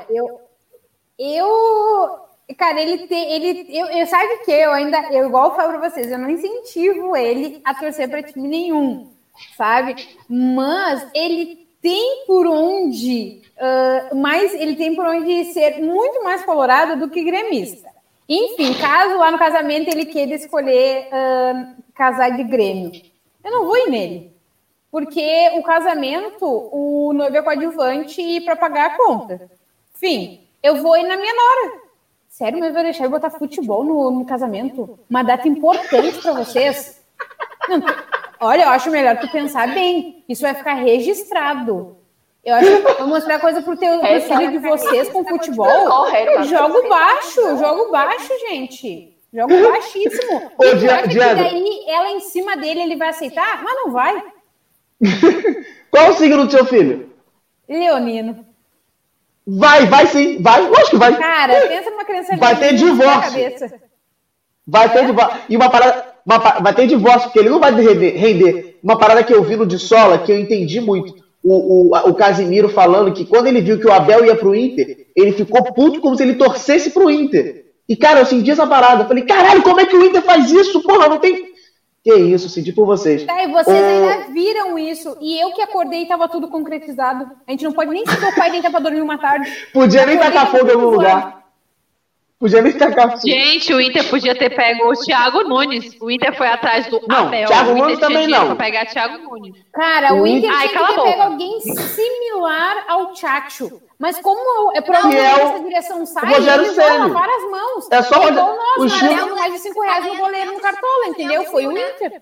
cara, eu sabe que eu igual eu falo pra vocês, eu não incentivo ele a torcer pra time nenhum, sabe? Mas ele tem por onde, ele tem por onde ser muito mais colorado do que gremista. Enfim, caso lá no casamento ele queira escolher casar de Grêmio, eu não vou ir nele. Porque o casamento, o noivo é coadjuvante para pagar a conta. Enfim, eu vou ir na minha nora. Sério, mas eu vou deixar eu botar futebol no casamento? Uma data importante para vocês? Não, olha, eu acho melhor tu pensar bem. Isso vai ficar registrado. Eu acho que vou mostrar coisa pro filho de vocês com futebol. Jogo baixo, gente. Jogo baixíssimo. E será que daí ela em cima dele, ele vai aceitar? Mas não vai. Qual o signo do seu filho? Leonino. Vai sim, vai, lógico que vai. Cara, pensa numa criança vai ter divórcio. Vai ter divórcio. E vai ter divórcio, porque ele não vai render. Uma parada que eu vi no de Sola, que eu entendi muito. O Casimiro falando que quando ele viu que o Abel ia pro Inter, ele ficou puto como se ele torcesse pro Inter. E, cara, eu senti essa parada. Eu falei, caralho, como é que o Inter faz isso? Porra, não tem... Que isso, senti por vocês. Tá, e vocês ainda viram isso. E eu que acordei e tava tudo concretizado. A gente não pode nem se topar e deitar pra dormir uma tarde. Podia nem tacar fogo em algum lugar. Podia nem tacar fogo. Gente, o Inter podia ter pego o Thiago Nunes. O Inter foi atrás do Abel. Thiago Nunes também não. Pra pegar Thiago Nunes. Cara, o Inter tinha que ter pego alguém similar ao Tchatcho. Mas como é provavelmente essa direção sai, eles vão lavar as mãos. É só igual nós demos mais de R$5 no goleiro no Cartola, entendeu? Foi o Inter.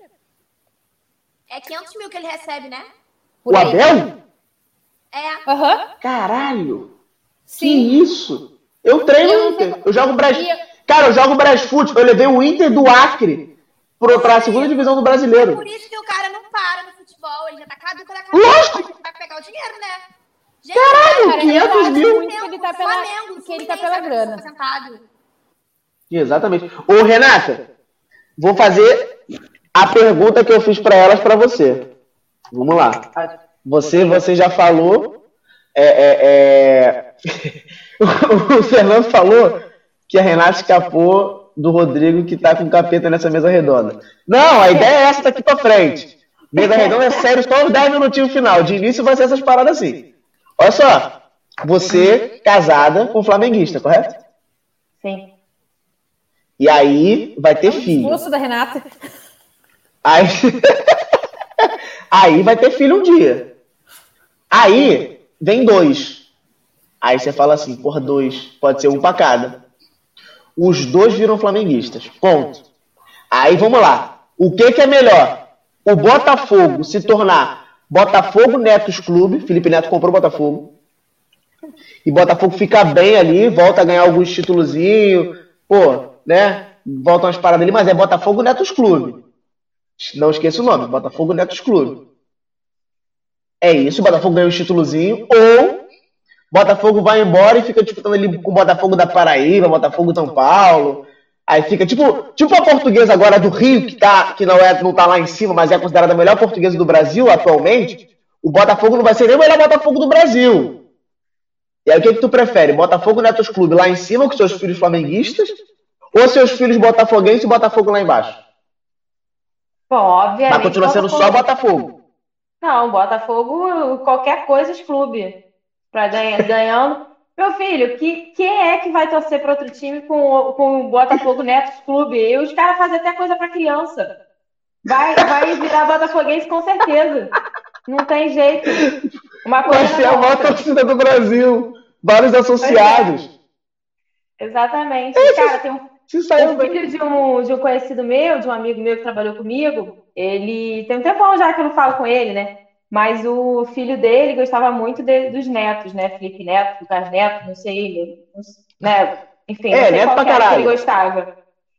É 500 mil que ele recebe, né? O Abel? É. Uhum. Caralho. Sim. Que isso? Eu treino o Inter. Eu jogo Cara, eu jogo Brasfoot. Eu levei o Inter do Acre pra segunda divisão do Brasileiro. É por isso que o cara não para no futebol. Ele já tá caduco da cabeça. Lógico! Vai pegar o dinheiro, né? Gente, caralho, 500 mil. Que ele tá pela grana. Exatamente. Ô, Renata, vou fazer a pergunta que eu fiz para elas para você. Vamos lá. Você já falou. O Fernando falou que a Renata escapou do Rodrigo que tá com capeta nessa mesa redonda. Não, a ideia é essa daqui pra frente. Mesa redonda é sério, só os 10 minutinhos final. De início vai ser essas paradas assim. Olha só, você casada com flamenguista, correto? Sim. E aí vai ter filho. Expulso da Renata. Aí... aí vai ter filho um dia. Aí vem 2. Aí você fala assim, porra, 2, pode ser um pra cada. Os 2 viram flamenguistas, ponto. Aí vamos lá. O que é melhor? O Botafogo se tornar Botafogo Netos Clube, Felipe Neto comprou o Botafogo, e Botafogo fica bem ali, volta a ganhar alguns títulozinhos, pô, né? Volta umas paradas ali, mas é Botafogo Netos Clube. Não esqueça o nome, Botafogo Netos Clube. É isso, o Botafogo ganha um títulozinho, ou Botafogo vai embora e fica disputando ali com o Botafogo da Paraíba, Botafogo São Paulo. Aí fica tipo a Portuguesa agora do Rio, que não tá lá em cima, mas é considerada a melhor portuguesa do Brasil atualmente. O Botafogo não vai ser nem o melhor Botafogo do Brasil. E aí o que tu prefere? Botafogo Netos Clube lá em cima com seus filhos flamenguistas? Ou seus filhos botafoguenses e Botafogo lá embaixo? Bom, obviamente. Mas continua sendo só Botafogo. Não, Botafogo, qualquer coisa, clube. Pra ganhando. Meu filho, quem é que vai torcer para outro time com o Botafogo Netos Clube? E os caras fazem até coisa para criança. Vai virar botafoguense com certeza. Não tem jeito. Uma coisa vai ser a maior torcida do Brasil. Vários associados. Exatamente. Cara, tem um filho de um conhecido meu, de um amigo meu que trabalhou comigo. Ele tem um tempão já que eu não falo com ele, né? Mas o filho dele gostava muito dos netos, né? Felipe Neto, Lucas Neto, não sei, né? Enfim, não sei qual que era que ele gostava.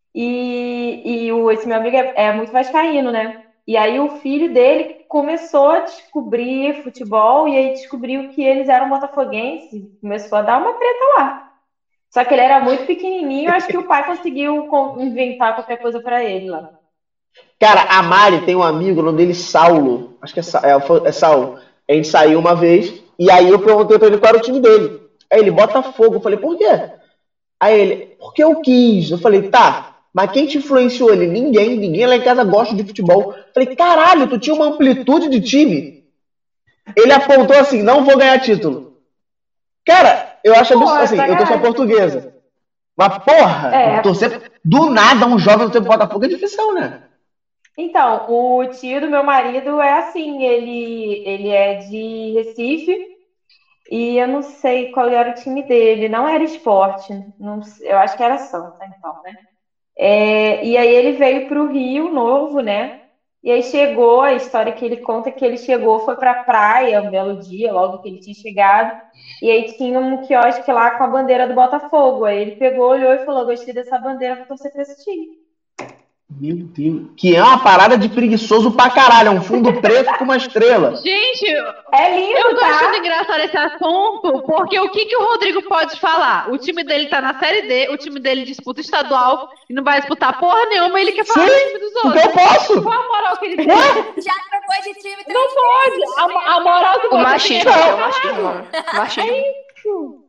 E esse meu amigo é muito vascaíno, né? E aí o filho dele começou a descobrir futebol e aí descobriu que eles eram botafoguenses. Começou a dar uma treta lá. Só que ele era muito pequenininho, acho que o pai conseguiu inventar qualquer coisa para ele lá. Cara, a Mari tem um amigo, o nome dele Saulo. Acho que é Saulo. A gente saiu uma vez e aí eu perguntei pra ele qual era o time dele. Aí ele, Botafogo. Eu falei, por quê? Aí ele, porque eu quis. Eu falei, tá, mas quem te influenciou ele? Ninguém lá em casa gosta de futebol. Eu falei, caralho, tu tinha uma amplitude de time. Ele apontou assim, não vou ganhar título. Cara, eu acho absurdo, assim, eu torço a Portuguesa. Mas porra, torcer do nada um jovem do tempo Botafogo é difícil, né? Então, o tio do meu marido é assim, ele é de Recife e eu não sei qual era o time dele, não era Sport, não sei, eu acho que era Santa, então, né? E aí ele veio para o Rio Novo, né? E aí chegou, a história que ele conta é que ele chegou, foi pra praia um belo dia, logo que ele tinha chegado, e aí tinha um quiosque lá com a bandeira do Botafogo. Aí ele pegou, olhou e falou, gostei dessa bandeira, vou torcer pra esse time. Meu Deus. Que é uma parada de preguiçoso pra caralho. É um fundo preto com uma estrela. Gente, é lindo, eu tô achando engraçado esse assunto, porque o que o Rodrigo pode falar? O time dele tá na Série D, o time dele disputa estadual e não vai disputar porra nenhuma, ele quer falar do time dos outros. Eu posso. Qual a moral que ele tem? Já trocou de time. Não pode. A moral que o machismo, tem é o machismo. É isso.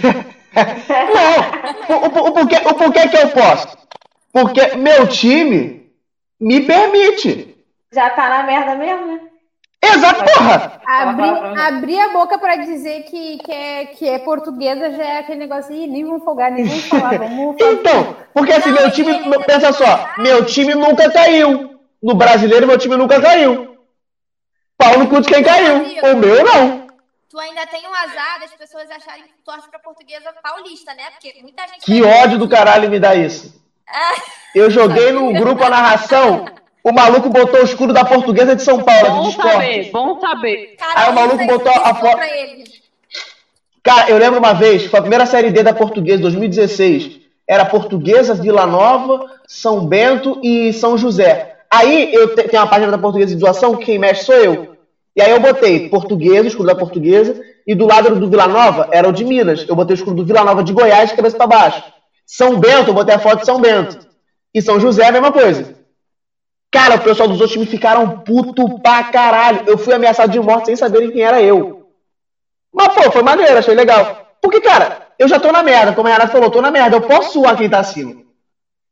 Não, o porquê que eu posso? Porque meu time me permite. Já tá na merda mesmo, né? Exato, porra! Abrir a boca pra dizer que é portuguesa já é aquele negócio, nem vamos folgar, nem vamos falar, vamos falar. Então, porque assim, meu time, pensa só, meu time nunca caiu. No brasileiro, meu time nunca caiu. Pau no cu de quem caiu. O meu não. Tu ainda tem um azar das pessoas acharem que tu torce pra Portuguesa paulista, né? Porque muita gente... Que ódio do caralho me dá isso. Eu joguei num grupo a narração, o maluco botou o escudo da Portuguesa de São Paulo. Bom saber. Aí o maluco botou a foto. Cara, eu lembro uma vez, foi a primeira Série D da Portuguesa, 2016. Era Portuguesa, Vila Nova, São Bento e São José. Aí eu tenho uma página da Portuguesa de doação, quem mexe sou eu. E aí eu botei Portuguesa, o escudo da Portuguesa, e do lado do Vila Nova era o de Minas. Eu botei o escudo do Vila Nova de Goiás, de cabeça pra baixo. São Bento, eu botei a foto de São Bento. E São José, a mesma coisa. Cara, o pessoal dos outros times ficaram puto pra caralho. Eu fui ameaçado de morte sem saberem quem era eu. Mas, pô, foi maneiro, achei legal. Porque, cara, eu já tô na merda. Como a Renata falou, tô na merda. Eu posso suar quem tá acima.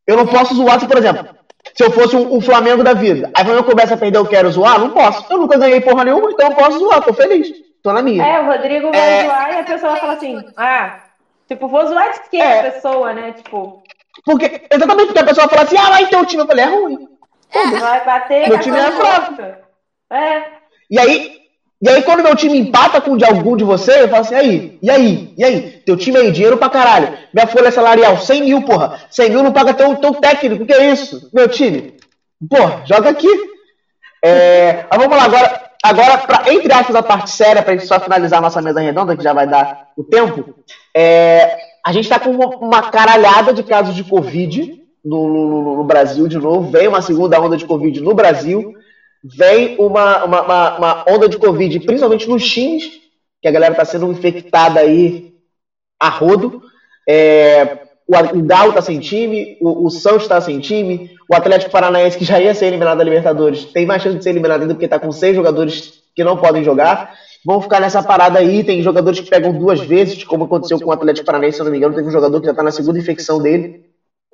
Eu não posso zoar, se, por exemplo, se eu fosse um Flamengo da vida, aí quando eu começo a perder, eu quero zoar? Não posso. Eu nunca ganhei porra nenhuma, então eu posso zoar, tô feliz. Tô na minha. O Rodrigo vai zoar e a pessoa vai falar assim, tipo, vou zoar de que a pessoa, né? Tipo. Exatamente porque a pessoa fala assim, vai ter o time, eu falei, é ruim. Vai bater. Meu time é fraco. E aí, quando meu time empata com o de algum de você, eu falo assim, e aí? Teu time aí, dinheiro pra caralho. Minha folha salarial, 100 mil, porra. 100 mil não paga teu técnico, que é isso? Meu time. Porra, joga aqui. Mas vamos lá, agora entre aspas, a parte séria, pra gente só finalizar a nossa mesa redonda, que já vai dar o tempo. A gente tá com uma caralhada de casos de Covid no Brasil de novo. Veio uma segunda onda de Covid no Brasil. Vem uma onda de Covid, principalmente nos times, que a galera está sendo infectada aí a rodo. O Galo está sem time, o Santos está sem time, o Atlético Paranaense, que já ia ser eliminado da Libertadores, tem mais chance de ser eliminado ainda porque está com 6 jogadores que não podem jogar. Vão ficar nessa parada aí, tem jogadores que pegam 2 vezes, como aconteceu com o Atlético Paranaense, se eu não me engano, teve um jogador que já está na segunda infecção dele.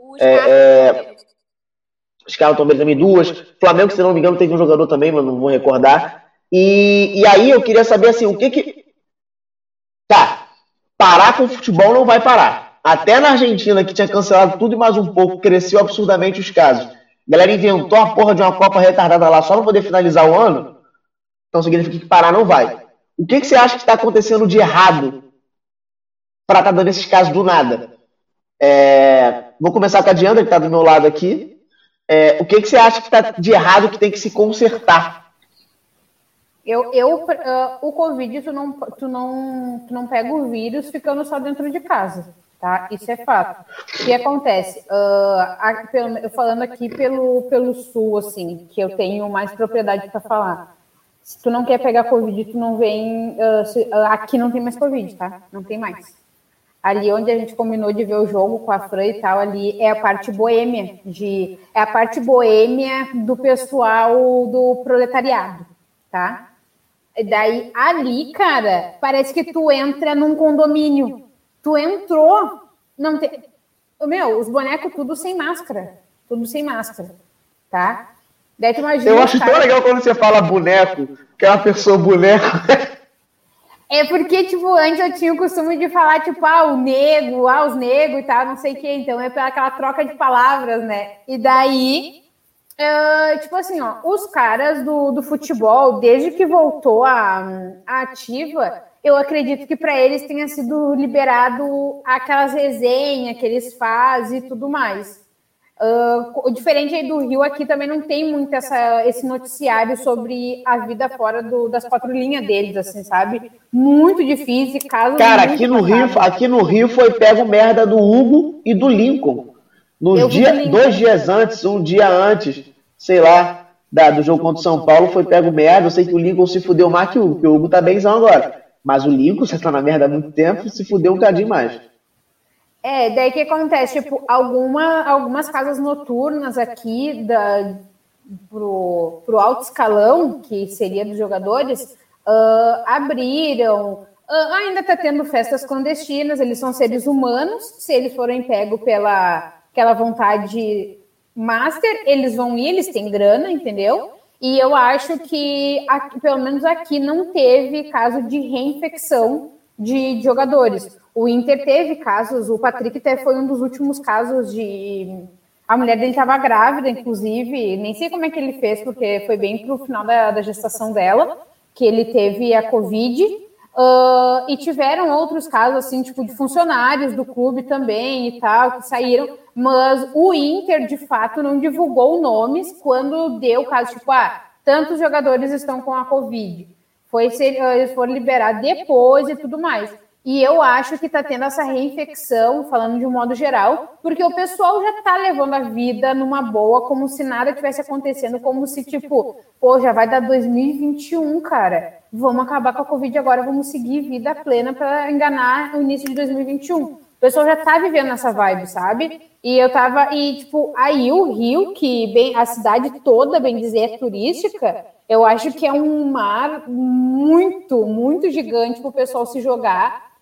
Os caras também 2. Flamengo, se não me engano, teve um jogador também, mas não vou recordar. E aí eu queria saber assim, o que. Tá, parar com o futebol não vai parar. Até na Argentina, que tinha cancelado tudo e mais um pouco, cresceu absurdamente os casos. A galera inventou a porra de uma Copa retardada lá só pra poder finalizar o ano. Então significa que parar não vai. O que você acha que está acontecendo de errado para estar dando esses casos do nada? Vou começar com a Diana, que está do meu lado aqui. O que você acha que está de errado, que tem que se consertar? O Covid, tu não pega o vírus ficando só dentro de casa, tá? Isso é fato. O que acontece? Falando aqui pelo Sul, assim, que eu tenho mais propriedade para falar. Se tu não quer pegar Covid, tu não vem... aqui não tem mais Covid, tá? Não tem mais. Ali onde a gente combinou de ver o jogo com a Fran e tal, ali é a parte boêmia, é a parte boêmia do pessoal do proletariado, tá? E daí, ali, cara, parece que tu entra num condomínio. Tu entrou, não tem... os bonecos tudo sem máscara, tá? Daí tu imagina... Eu acho tão legal quando você fala boneco, que é uma pessoa boneco... É porque, tipo, antes eu tinha o costume de falar, tipo, o nego, os negros e tal, não sei o quê. Então, é aquela troca de palavras, né? E daí, tipo assim, os caras do futebol, desde que voltou a ativa, eu acredito que para eles tenha sido liberado aquelas resenhas que eles fazem e tudo mais. Diferente aí do Rio, aqui também não tem muito esse noticiário sobre a vida fora das 4 linhas deles, assim, sabe? Muito difícil, caso. Cara, aqui no Rio foi pego merda do Hugo e do Lincoln. 2 dias antes, um dia antes, sei lá, do jogo contra o São Paulo, foi pego merda. Eu sei que o Lincoln se fudeu mais que o Hugo, porque o Hugo tá benzão agora. Mas o Lincoln, você tá na merda há muito tempo, se fudeu um cadinho mais. Daí que acontece, tipo, algumas casas noturnas aqui pro alto escalão, que seria dos jogadores, abriram, ainda tá tendo festas clandestinas, eles são seres humanos, se eles forem pegos pela aquela vontade master, eles vão ir, eles têm grana, entendeu? E eu acho que, pelo menos aqui, não teve caso de reinfecção de jogadores. O Inter teve casos, o Patrick foi um dos últimos casos a mulher dele estava grávida, inclusive, nem sei como é que ele fez, porque foi bem pro final da gestação dela, que ele teve a Covid, e tiveram outros casos, assim, tipo, de funcionários do clube também e tal, que saíram, mas o Inter, de fato, não divulgou nomes quando deu o caso, tipo, tantos jogadores estão com a Covid. Eles foram liberados depois e tudo mais. E eu acho que está tendo essa reinfecção, falando de um modo geral, porque o pessoal já está levando a vida numa boa, como se nada tivesse acontecendo, como se, tipo, já vai dar 2021, cara. Vamos acabar com a Covid agora, vamos seguir vida plena para enganar o início de 2021. O pessoal já está vivendo essa vibe, sabe? Tipo, aí o Rio, que a cidade toda, bem dizer, é turística, eu acho que é um mar muito, muito gigante para o pessoal se jogar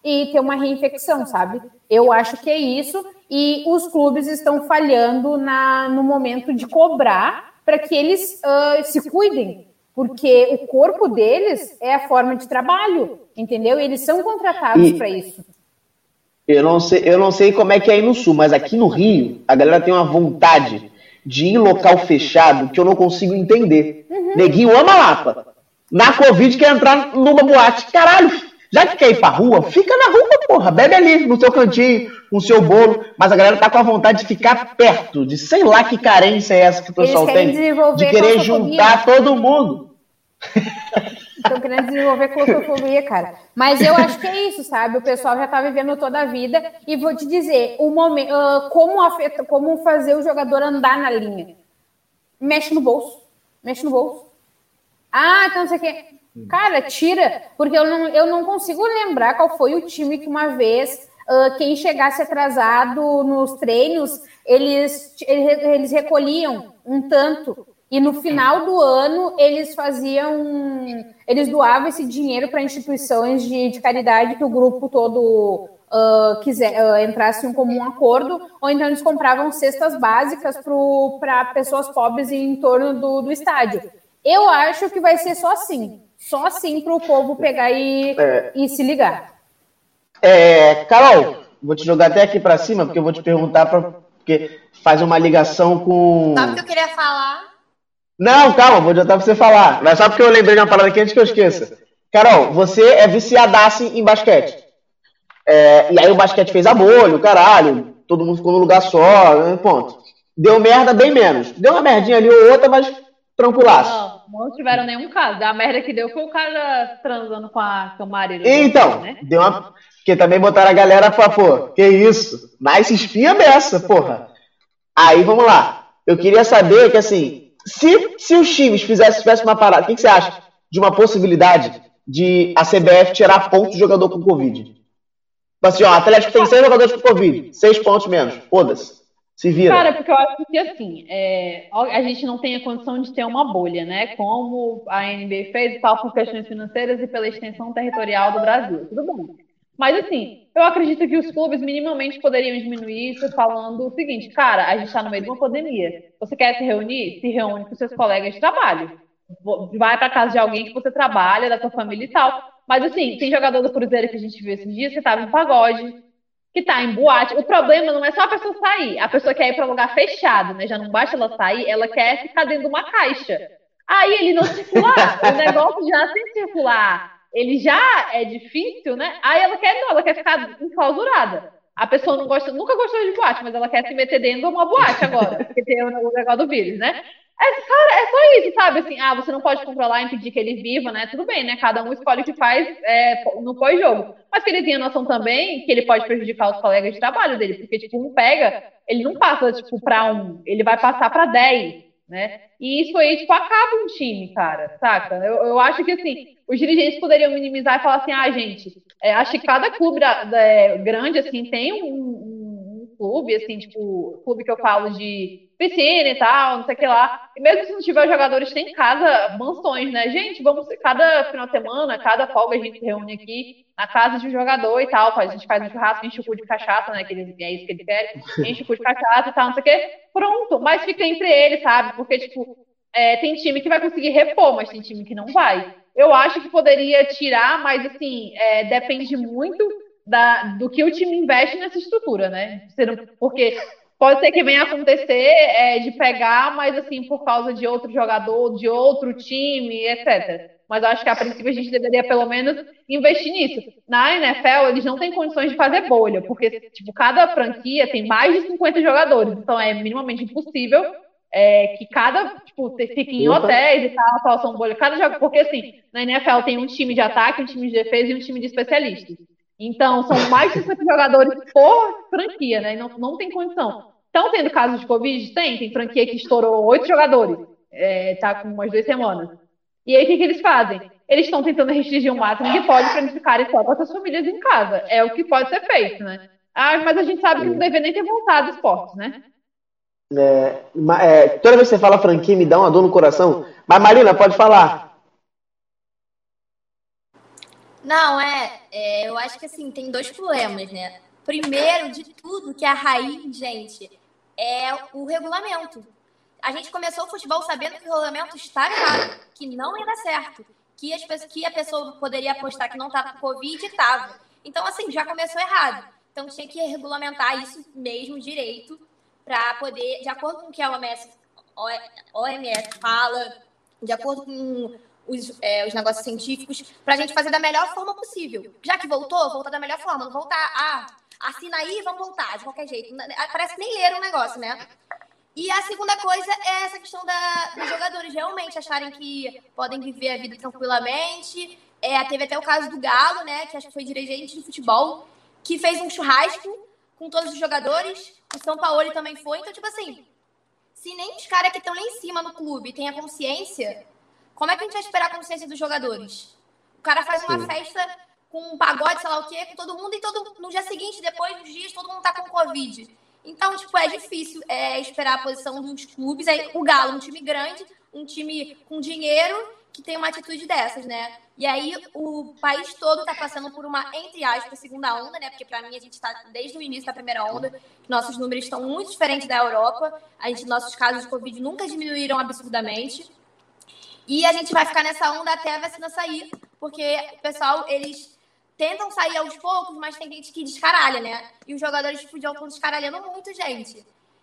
e ter uma reinfecção, sabe? Eu acho que é isso, e os clubes estão falhando no momento de cobrar para que eles se cuidem, porque o corpo deles é a forma de trabalho, entendeu? Eles são contratados para isso. Eu não sei como é que é aí no Sul, mas aqui no Rio, a galera tem uma vontade de ir em local fechado que eu não consigo entender. Neguinho ama Lapa. Na Covid quer entrar numa boate. Caralho, já que quer ir pra rua, fica na rua, porra. Bebe ali, no seu cantinho, com o seu bolo. Mas a galera tá com a vontade de ficar perto, de sei lá que carência é essa que o pessoal tem. De querer juntar todo mundo. Estão querendo desenvolver claustrofobia, cara. Mas eu acho que é isso, sabe? O pessoal já tá vivendo toda a vida. E vou te dizer, o momento, como fazer o jogador andar na linha. Mexe no bolso. Ah, então não sei o quê. Cara, tira. Porque eu não consigo lembrar qual foi o time que uma vez, quem chegasse atrasado nos treinos, eles recolhiam um tanto. E no final do ano, eles doavam esse dinheiro para instituições de caridade que o grupo todo entrasse em um comum acordo, ou então eles compravam cestas básicas para pessoas pobres em torno do estádio. Eu acho que vai ser só assim para o povo pegar e se ligar. Carol, vou te jogar até aqui para cima, porque eu vou te perguntar, porque faz uma ligação com... Sabe o que eu queria falar? Não, calma, vou adiantar pra você falar. Mas só porque eu lembrei de uma parada aqui antes que eu esqueça. Carol, você é viciadaça em basquete. E aí o basquete fez a bolha, o caralho. Todo mundo ficou num lugar só, né, ponto. Deu merda bem menos. Deu uma merdinha ali ou outra, mas tranquilaço. Não tiveram nenhum caso. A merda que deu foi o cara transando com a Marília. Então, né? Deu uma... Porque também botaram a galera pra, pô, que isso? Nice espinha dessa, porra. Aí, vamos lá. Eu queria saber que, assim... Se os times tivessem uma parada, o que você acha de uma possibilidade de a CBF tirar pontos do jogador com Covid? Assim, ó, o Atlético tem 6 jogadores com Covid, 6 pontos menos, foda-se, se vira. Cara, porque eu acho que assim, a gente não tem a condição de ter uma bolha, né? Como a NBA fez e tal, por questões financeiras e pela extensão territorial do Brasil, tudo bem. Mas, assim, eu acredito que os clubes minimamente poderiam diminuir isso falando o seguinte, cara, a gente está no meio de uma pandemia. Você quer se reunir? Se reúne com seus colegas de trabalho. Vai para casa de alguém que você trabalha, da sua família e tal. Mas, assim, tem jogador do Cruzeiro que a gente viu esses dias que estava em pagode, que tá em boate. O problema não é só a pessoa sair. A pessoa quer ir para lugar fechado, né? Já não basta ela sair, ela quer ficar dentro de uma caixa. Aí ele não circular. O negócio já sem circular. Ele já é difícil, né? Aí ela quer ficar enclausurada. A pessoa nunca gostou de boate, mas ela quer se meter dentro de uma boate agora, porque tem o negócio do vírus, né? Cara, é só isso, sabe? Assim, você não pode controlar e impedir que ele viva, né? Tudo bem, né? Cada um escolhe o que faz no pós-jogo. Mas que ele tenha noção também que ele pode prejudicar os colegas de trabalho dele, porque, tipo, ele não passa, tipo, pra 1, ele vai passar pra 10, né? E isso aí, tipo, acaba um time, cara, saca? Eu acho que, assim, os dirigentes poderiam minimizar e falar assim, gente, acho que cada clube grande, assim, tem um clube, assim, tipo, clube que eu falo de piscina e tal, não sei o que lá. E mesmo se não tiver jogadores, tem casa, mansões, né? Gente, cada final de semana, cada folga a gente se reúne aqui na casa de um jogador e tal. A gente faz um churrasco, enche o cu de cachaça, né? É isso que ele quer, enche o cu de cachaça e tal, não sei o que. Pronto, mas fica entre eles, sabe? Porque, tipo, tem time que vai conseguir repor, mas tem time que não vai. Eu acho que poderia tirar, mas, assim, depende muito do que o time investe nessa estrutura, né? Porque pode ser que venha acontecer de pegar, mas, assim, por causa de outro jogador, de outro time, etc. Mas eu acho que, a princípio, a gente deveria, pelo menos, investir nisso. Na NFL, eles não têm condições de fazer bolha, porque, tipo, cada franquia tem mais de 50 jogadores. Então, é minimamente impossível que tipo, fique em hotéis e tal, façam bolha. Cada jogo, porque, assim, na NFL tem um time de ataque, um time de defesa e um time de especialistas. Então, são mais de 50 jogadores por franquia, né? E não tem condição. Estão tendo casos de Covid? Tem franquia que estourou 8 jogadores. Tá com umas 2 semanas. E aí, o que eles fazem? Eles estão tentando restringir o máximo que pode para eles ficarem só com as suas famílias em casa. É o que pode ser feito, né? Mas a gente sabe que não deveria nem ter voltado esportes, né? Toda vez que você fala franquia, me dá uma dor no coração. Mas, Marina, pode falar. Não, eu acho que assim, tem dois problemas, né? Primeiro de tudo, que a raiz, gente, é o regulamento. A gente começou o futebol sabendo que o regulamento estava errado, que não ia dar certo, que a pessoa poderia apostar que não estava com Covid e estava. Então, assim, já começou errado. Então, tinha que regulamentar isso mesmo direito para poder, de acordo com o que a OMS fala, de acordo com os negócios científicos, para a gente fazer da melhor forma possível. Já que voltar da melhor forma, não voltar, assina aí e vamos voltar, de qualquer jeito. Parece que nem leram o negócio, né? E a segunda coisa é essa questão dos jogadores realmente acharem que podem viver a vida tranquilamente. Teve até o caso do Galo, né, que acho que foi dirigente de futebol, que fez um churrasco com todos os jogadores. O São Paulo também foi. Então, tipo assim, se nem os caras que estão lá em cima no clube têm a consciência, como é que a gente vai esperar a consciência dos jogadores? O cara faz uma festa com um pagode, sei lá o quê, com todo mundo, e no dia seguinte, depois dos dias, todo mundo tá com Covid. Então, tipo, é difícil esperar a posição dos clubes. Aí, o Galo, um time grande, um time com dinheiro, que tem uma atitude dessas, né? E aí, o país todo tá passando por uma, entre aspas, segunda onda, né? Porque, pra mim, a gente tá desde o início da primeira onda. Nossos números estão muito diferentes da Europa. Nossos casos de Covid nunca diminuíram absurdamente. E a gente vai ficar nessa onda até a vacina sair. Porque o pessoal, eles tentam sair aos poucos, mas tem gente que descaralha, né? E os jogadores de futebol estão descaralhando muito, gente.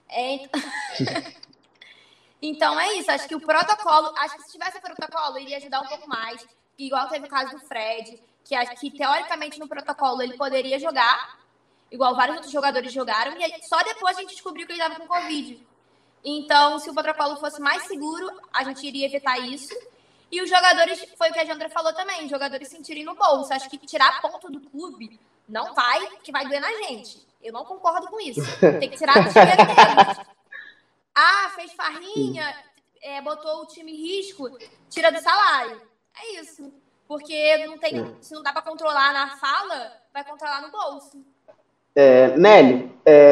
Então é isso. Acho que o protocolo... Acho que se tivesse o protocolo, iria ajudar um pouco mais. Igual teve o caso do Fred, que acho que, teoricamente, no protocolo, ele poderia jogar, igual vários outros jogadores jogaram, e só depois a gente descobriu que ele estava com Covid. Então, se o protocolo fosse mais seguro, a gente iria evitar isso. E os jogadores, foi o que a Jandra falou também, os jogadores sentirem no bolso. Acho que tirar ponto do clube não vai, porque vai doer na gente. Eu não concordo com isso. Tem que tirar do dinheiro deles. Fez farrinha, botou o time em risco, tira do salário. É isso. Porque se não dá para controlar na fala, vai controlar no bolso. Nélio,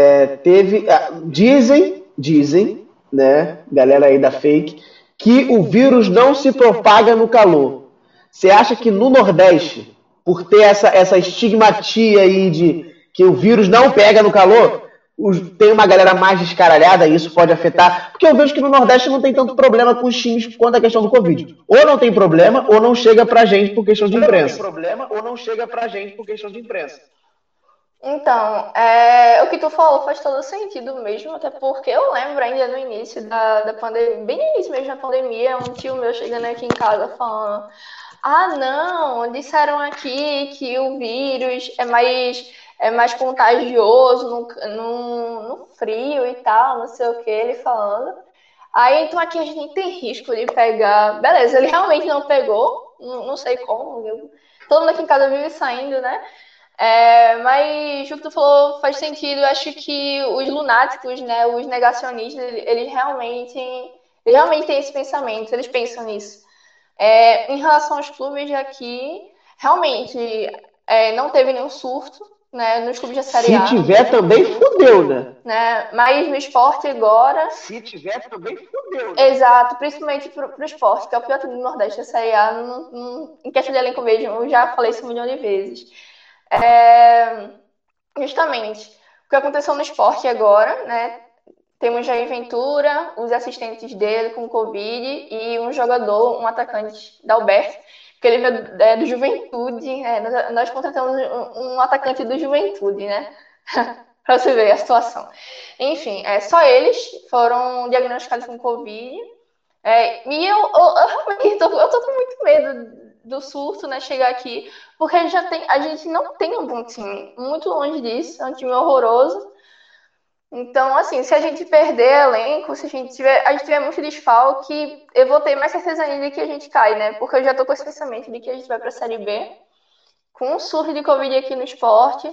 dizem, né, galera aí da fake, que o vírus não se propaga no calor. Você acha que no Nordeste, por ter essa estigmatia aí de que o vírus não pega no calor, tem uma galera mais descaralhada e isso pode afetar? Porque eu vejo que no Nordeste não tem tanto problema com os times quanto a questão do Covid. Ou não tem problema, ou não chega pra gente por questão de imprensa. Então, o que tu falou faz todo sentido mesmo, até porque eu lembro ainda no início da pandemia, bem no início mesmo da pandemia, um tio meu chegando aqui em casa falando: não, disseram aqui que o vírus é mais contagioso no frio e tal, não sei o que, ele falando. Aí, então aqui a gente nem tem risco de pegar. Beleza, ele realmente não pegou, não sei como, todo mundo aqui em casa vive saindo, né? Mas o que tu falou faz sentido. Eu acho que os lunáticos, né, os negacionistas, eles realmente têm esse pensamento, eles pensam nisso. Em relação aos clubes aqui, realmente não teve nenhum surto, né, nos clubes da Série A. Se tiver também, fudeu, né? Mas no esporte agora... Se tiver também, fudeu. Né? Exato, principalmente pro esporte, que é o pior time do Nordeste da Série A. Em questão de elenco mesmo, eu já falei isso 1 milhão de vezes. Justamente o que aconteceu no esporte agora, né? Temos Jair Ventura, os assistentes dele com Covid e um jogador, um atacante da Alberto, que ele veio do Juventude. Nós contratamos um atacante do Juventude, né? Para você ver a situação. Enfim, só eles foram diagnosticados com Covid. E eu realmente tô com muito medo do surto, né, chegar aqui, porque a gente não tem um bom time, muito longe disso, é um time horroroso. Então, assim, se a gente perder elenco, se a gente tiver muito desfalque, eu vou ter mais certeza ainda de que a gente cai, né, porque eu já tô com esse pensamento de que a gente vai pra Série B, com um surto de Covid aqui no esporte,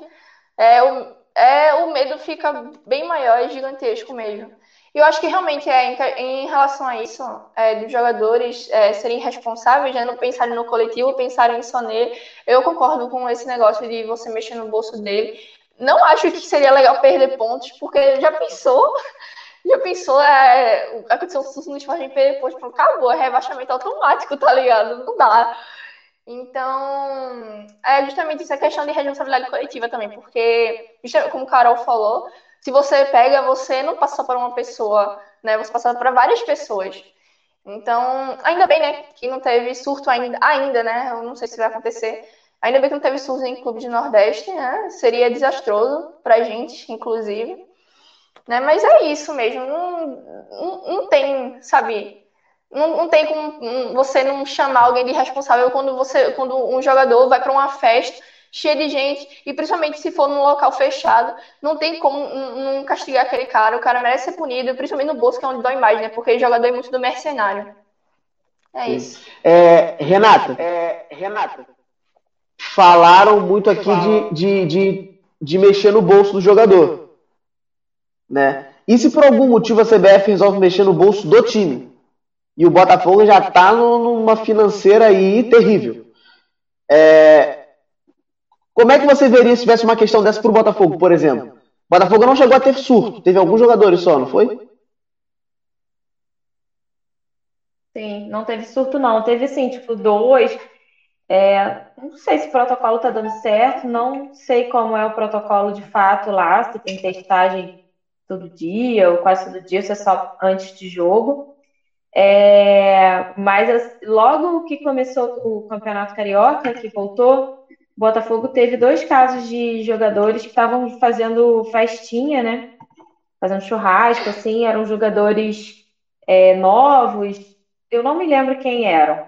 o medo fica bem maior e gigantesco mesmo. E eu acho que realmente em relação a isso, dos jogadores serem responsáveis, né, não pensarem no coletivo, pensarem só nele, eu concordo com esse negócio de você mexer no bolso dele. Não acho que seria legal perder pontos, porque já pensou, aconteceu um susto no esporte em perder pontos, acabou, é rebaixamento automático, tá ligado? Não dá. Então, é justamente essa questão de responsabilidade coletiva também, porque, como a Carol falou, se você pega, você não passa só para uma pessoa, né? Você passa para várias pessoas. Então, ainda bem, né, que não teve surto ainda, né? Eu não sei se vai acontecer. Ainda bem que não teve surto em clube de Nordeste, né? Seria desastroso pra gente, inclusive. Né? Mas é isso mesmo. Não tem, sabe? Não tem como você não chamar alguém de responsável quando um jogador vai para uma festa cheia de gente, e principalmente se for num local fechado, não tem como não castigar aquele cara. O cara merece ser punido, principalmente no bolso, que é onde dói mais, né? Porque jogador é muito do mercenário. É isso. Renata, falaram muito aqui de mexer no bolso do jogador, né? E se por algum motivo a CBF resolve mexer no bolso do time? E o Botafogo já está numa financeira aí terrível. Como é que você veria se tivesse uma questão dessa para o Botafogo, por exemplo? O Botafogo não chegou a ter surto, teve alguns jogadores só, não foi? Sim, não teve surto, não. Teve, assim, tipo, 2. Não sei se o protocolo está dando certo, não sei como é o protocolo de fato lá, se tem testagem todo dia ou quase todo dia, se é só antes de jogo. Mas logo que começou o Campeonato Carioca, que voltou, o Botafogo teve 2 casos de jogadores que estavam fazendo festinha, né? Fazendo churrasco, assim, eram jogadores novos, eu não me lembro quem eram.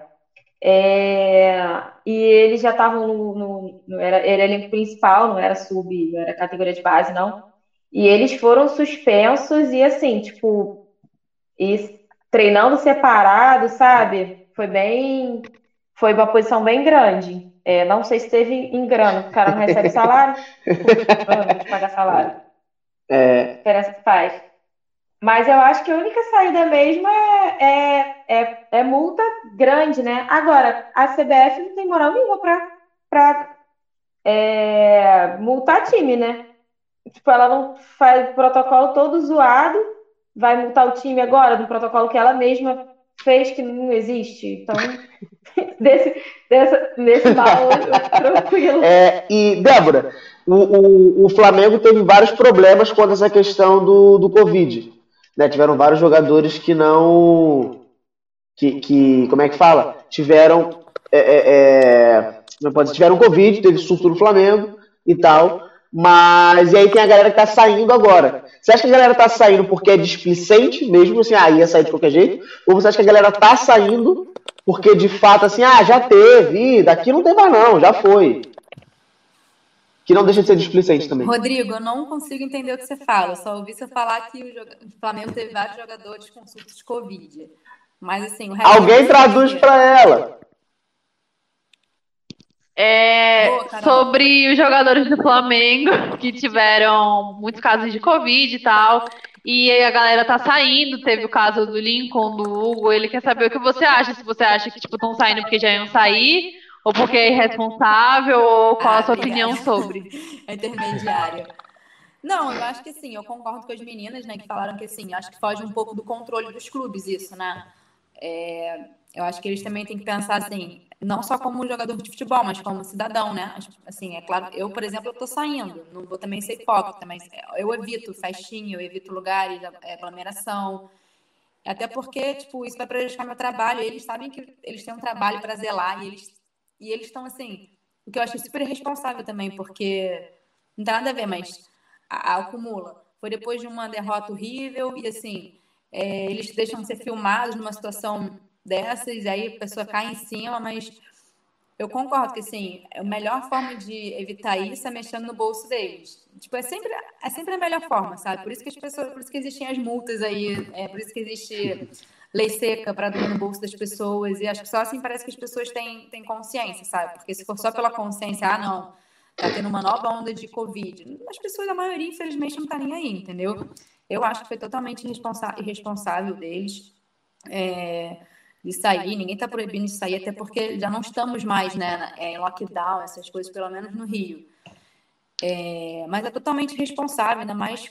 E eles já estavam era elenco principal, não era não era categoria de base, não. E eles foram suspensos e assim, tipo, treinando separado, sabe? Foi uma posição bem grande. Não sei se teve em grana, o cara não recebe salário, grana de pagar salário. Diferença que faz. Mas eu acho que a única saída mesmo é multa grande, né? Agora, a CBF não tem moral nenhuma pra multar time, né? Tipo, ela não faz o protocolo todo zoado, vai multar o time agora do protocolo que ela mesma fez que não existe. Então, nesse mal, tranquilo. E, Débora, o Flamengo teve vários problemas quanto a essa questão do Covid. Né? Tiveram vários jogadores que não... como é que fala? Tiveram Covid, teve surto no Flamengo e tal. Mas e aí tem a galera que tá saindo agora. Você acha que a galera tá saindo porque é displicente, mesmo assim, ia sair de qualquer jeito? Ou você acha que a galera tá saindo porque de fato assim, já teve, daqui não tem mais não, já foi? Que não deixa de ser displicente também. Rodrigo, eu não consigo entender o que você fala. Eu só ouvi você falar que o Flamengo teve vários jogadores com surto de Covid. Mas assim, o resto alguém traduz para ela. Sobre os jogadores do Flamengo que tiveram muitos casos de Covid e tal, e a galera tá saindo. Teve o caso do Lincoln, do Hugo. Ele quer saber o que você acha, se você acha que estão saindo porque já iam sair, ou porque é irresponsável, ou qual a sua opinião sobre. É intermediário. Não, eu acho que sim, eu concordo com as meninas, né, que falaram que sim, acho que foge um pouco do controle dos clubes isso, né? Eu acho que eles também têm que pensar assim, não só como jogador de futebol, mas como cidadão, né? Assim, é claro, eu, por exemplo, eu tô saindo, não vou também ser hipócrita, mas eu evito festinha, eu evito lugares, aglomeração, até porque, tipo, isso vai prejudicar meu trabalho. Eles sabem que eles têm um trabalho para zelar e eles estão, assim, o que eu acho super irresponsável também, porque não tem nada a ver, mas acumula. Foi depois de uma derrota horrível e, assim, eles deixam de ser filmados numa situação dessas, e aí a pessoa cai em cima, mas eu concordo que, assim, a melhor forma de evitar isso é mexendo no bolso deles. Tipo, é sempre a melhor forma, sabe? Por isso que existem as multas aí, por isso que existe lei seca para dormir no bolso das pessoas, e acho que só assim parece que as pessoas têm consciência, sabe? Porque se for só pela consciência, não, tá tendo uma nova onda de Covid, as pessoas, a maioria, infelizmente, não tá nem aí, entendeu? Eu acho que foi totalmente irresponsável deles de sair. Ninguém está proibindo de sair, até porque já não estamos mais, né, em lockdown, essas coisas, pelo menos no Rio. Mas é totalmente irresponsável, ainda mais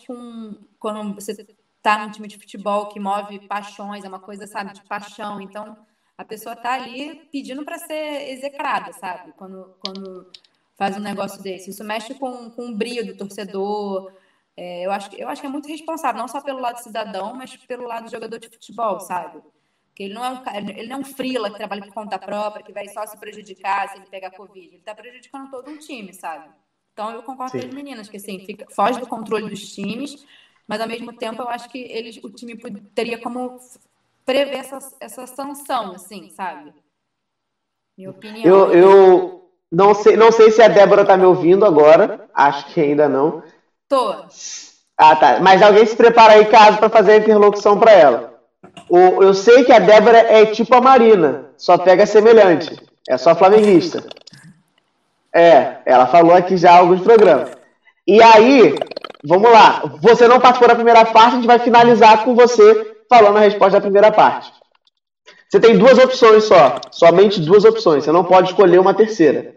quando você está num time de futebol que move paixões, é uma coisa, sabe, de paixão. Então, a pessoa tá ali pedindo para ser execrada, sabe? Quando faz um negócio desse. Isso mexe com o brio do torcedor. Eu acho que é muito responsável, não só pelo lado cidadão, mas pelo lado do jogador de futebol, sabe? Porque ele não é um freela que trabalha por conta própria, que vai só se prejudicar se ele pegar Covid. Ele tá prejudicando todo um time, sabe? Então eu concordo com as meninas, que assim, foge do controle dos times, mas ao mesmo tempo eu acho que o time teria como prever essa sanção, assim, sabe? Minha opinião. Eu não sei se a Débora tá me ouvindo agora, acho que ainda não. Tô. Ah, tá. Mas alguém se prepara aí, caso, para fazer a interlocução para ela. Eu sei que a Débora é tipo a Marina, só pega semelhante. É só flamenguista. Ela falou aqui já em alguns programas. E aí, vamos lá. Você não participou da primeira parte, a gente vai finalizar com você falando a resposta da primeira parte. Você tem 2 opções só. Somente 2 opções. Você não pode escolher uma terceira.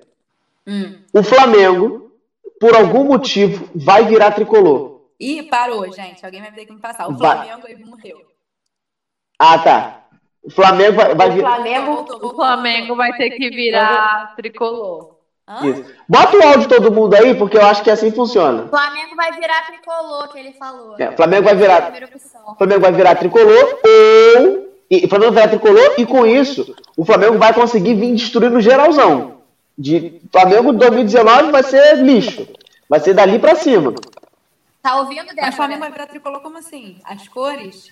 O Flamengo, por algum motivo, vai virar tricolor. Ih, parou, gente. Alguém vai ter que me passar. O Flamengo morreu. Ah, tá. O Flamengo vai virar. O Flamengo vai ter que virar tricolor. Isso. Bota o áudio de todo mundo aí, porque eu acho que assim funciona. O Flamengo vai virar tricolor, que ele falou. O Flamengo vai virar tricolor o Flamengo vai virar tricolor e com isso o Flamengo vai conseguir vir destruindo geralzão. Flamengo 2019 vai ser lixo. Vai ser dali pra cima. Tá ouvindo, Débora? Mas o Flamengo vai virar tricolor como assim? As cores?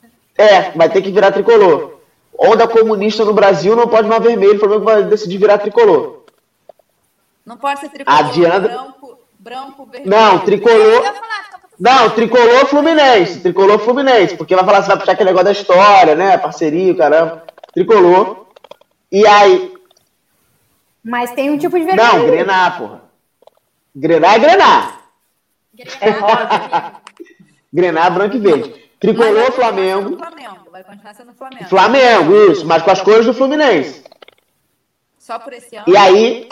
Vai ter que virar tricolor. Onda comunista no Brasil não pode mais vermelho, o Flamengo vai decidir virar tricolor. Não pode ser tricolor branco, vermelho. Não, tricolor. Não, tricolor Fluminense. Tricolor Fluminense. Porque vai falar, você vai puxar aquele negócio da história, né? Parceria, caramba. Tricolor. E aí. Mas tem um tipo de vermelho. Não, grená, porra. Grená é grená. É rosa. Grená, branco e verde. Tricolor Flamengo. Vai continuar sendo Flamengo. Flamengo, isso. Mas com as cores do Fluminense. Só por esse ano. E aí.